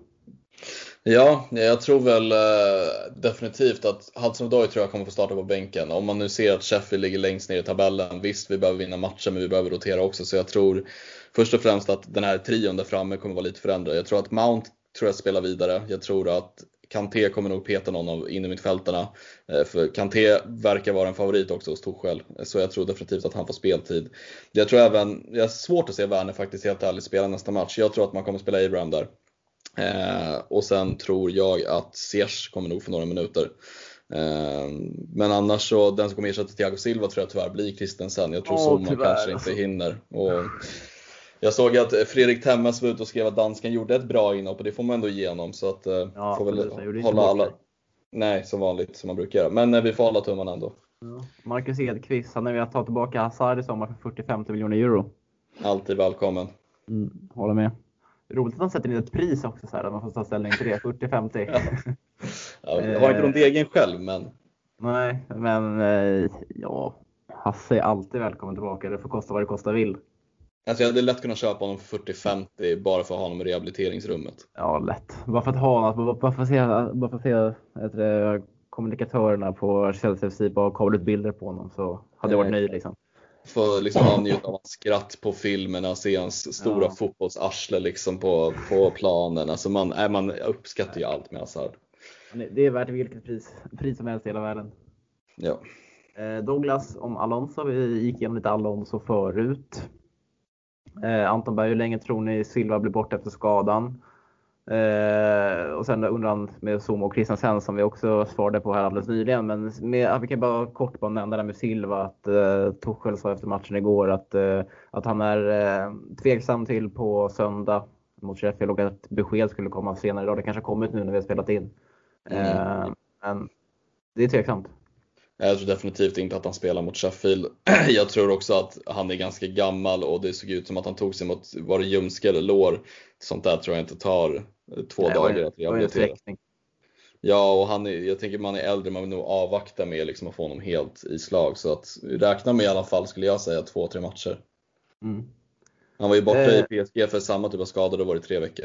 Speaker 1: Ja, jag tror väl definitivt att Hudson-Odoi tror jag kommer få starta på bänken. Om man nu ser att Sheffield ligger längst ner i tabellen. Visst, vi behöver vinna matcher, men vi behöver rotera också. Så jag tror först och främst att den här trion där framme kommer vara lite förändrad. Jag tror att Mount spelar vidare. Jag tror att Kanté kommer nog peta någon av innermittfältarna. För Kanté verkar vara en favorit också hos Tuchel. Så jag tror definitivt att han får speltid. Jag tror även, jag har svårt att se Werner faktiskt helt ärligt spela nästa match. Jag tror att man kommer spela Abraham där. Och sen tror jag att Ziyech kommer nog få några minuter. Men annars så, den som kommer ersätta Thiago Silva tror jag tyvärr blir Christensen. Jag tror Zuma kanske inte hinner. Och jag såg att Fredrik Temmes var ute och skrev att dansken gjorde ett bra inhopp, och det får man ändå igenom. Så att får väl hålla alla. Nej, som vanligt som man brukar göra. Men vi får hålla tummarna ändå.
Speaker 2: Ja. Marcus Edqvist, han är med att ta tillbaka Hazard i sommar för 40-50 miljoner euro.
Speaker 1: Alltid välkommen.
Speaker 2: Håller med. Roligt att de sätter in ett pris också så här, att man får ta ställning till det, 40-50.
Speaker 1: Ja, jag har inte de degen själv, men...
Speaker 2: Nej, men ja, Hasse är alltid välkommen tillbaka. Det får kosta vad det kostar vill.
Speaker 1: Alltså jag hade lätt kunnat köpa honom för 40-50 bara för att ha honom i rehabiliteringsrummet.
Speaker 2: Ja, lätt. Bara för att ha något, bara för att se kommunikatörerna på Chelsea FC bara kabla ut bilder på honom, så hade jag varit nöjd liksom.
Speaker 1: Få liksom avnjuta av hans skratt på filmerna, se hans stora fotbollsarsle liksom på planen. Alltså man uppskattar ju allt med Hazard.
Speaker 2: Det är värt vilket pris som helst i hela världen.
Speaker 1: Ja.
Speaker 2: Douglas om Alonso, vi gick igenom lite Alonso förut. Anton Berg, hur länge tror ni Silva blir bort efter skadan? Och sen undrar han med Zuma och Christensen som vi också svarade på här alldeles nyligen. Men vi kan bara kort nämna det med Silva, att Tuchel sa efter matchen igår att han är tveksam till på söndag mot Sheffield, och att besked skulle komma senare idag. Det kanske kommit nu när vi har spelat in. Men det är tveksamt.
Speaker 1: Jag tror definitivt inte att han spelar mot Sheffield. Jag tror också att han är ganska gammal, och det såg ut som att han tog sig mot, var det ljumske eller lår. Sånt där tror jag inte tar 2 dagar att rehabilitera. Ja, och jag tänker man är äldre, man vill nog avvakta med liksom att få honom helt i slag. Så att räkna med i alla fall, skulle jag säga, 2-3 matcher. Han var ju borta i PSG för samma typ av skador, då var det 3 veckor.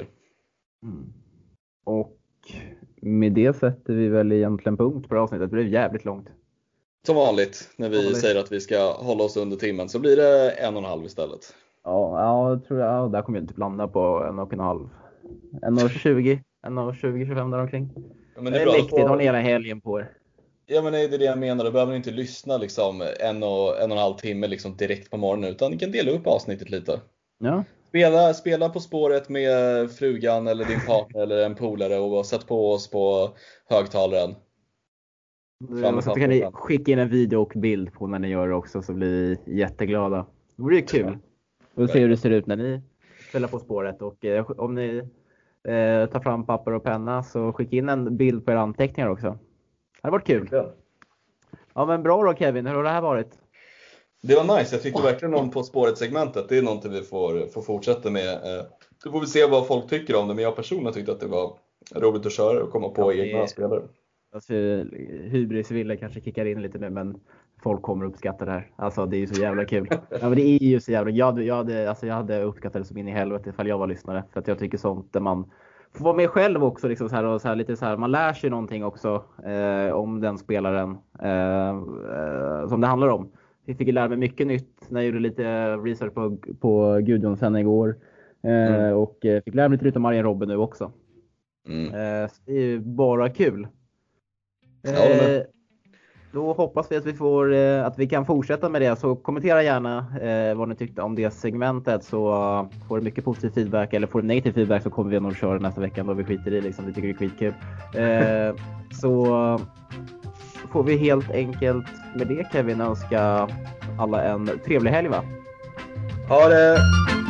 Speaker 2: Och med det sätter vi väl egentligen punkt på det avsnittet. Det blev jävligt långt.
Speaker 1: Som vanligt, när vi säger att vi ska hålla oss under timmen, så blir det 1,5 istället.
Speaker 2: Ja, jag tror jag. Där kommer jag inte blanda på 1,5. 1,20, 1,20-25 där omkring. Ja, men det är riktigt, har ni hela helgen på er.
Speaker 1: Ja, men det är det jag menar. Då behöver ni inte lyssna liksom 1,5 timme liksom direkt på morgonen, utan ni kan dela upp avsnittet lite.
Speaker 2: Ja.
Speaker 1: Spela På spåret med frugan eller din partner eller en polare, och sätt på oss på högtalaren.
Speaker 2: Så kan ni skicka in en video och bild på när ni gör det också, så blir vi jätteglada. Det blir kul. Och se hur det ser ut när ni spelar På spåret. Och om ni tar fram papper och penna, så skicka in en bild på era anteckningar också. Det hade varit kul. Ja, men bra då Kevin, hur har det här varit?
Speaker 1: Det var nice, jag tyckte verkligen om På spåret-segmentet. Det är någonting vi får fortsätta med. Då får vi se vad folk tycker om det, men jag personligen tyckte att det var roligt att köra och komma på egna spelare. Alltså,
Speaker 2: Hybris ville kanske kickar in lite nu, men folk kommer uppskatta det här. Alltså det är ju så jävla kul. Ja, men det är ju så jävla. Jag hade uppskattat det som in i helvete ifall jag var lyssnare, för att jag tycker sånt där man får vara med själv också liksom så här, och så här lite så här, man lär sig någonting också om den spelaren som det handlar om. Vi fick lära mig mycket nytt när jag gjorde lite research på Gudjonsen igår. Och fick lära mig lite om Arjen Robben nu också. Så det är ju bara kul. Då hoppas vi att att vi kan fortsätta med det. Så kommentera gärna vad ni tyckte om det segmentet, så får du mycket positiv feedback, eller får du negativ feedback, så kommer vi nog köra nästa vecka då vi skiter i liksom. Vi tycker det är skitkul. Så får vi helt enkelt med det, Kevin, önska alla en trevlig helg, va?
Speaker 1: Ha det!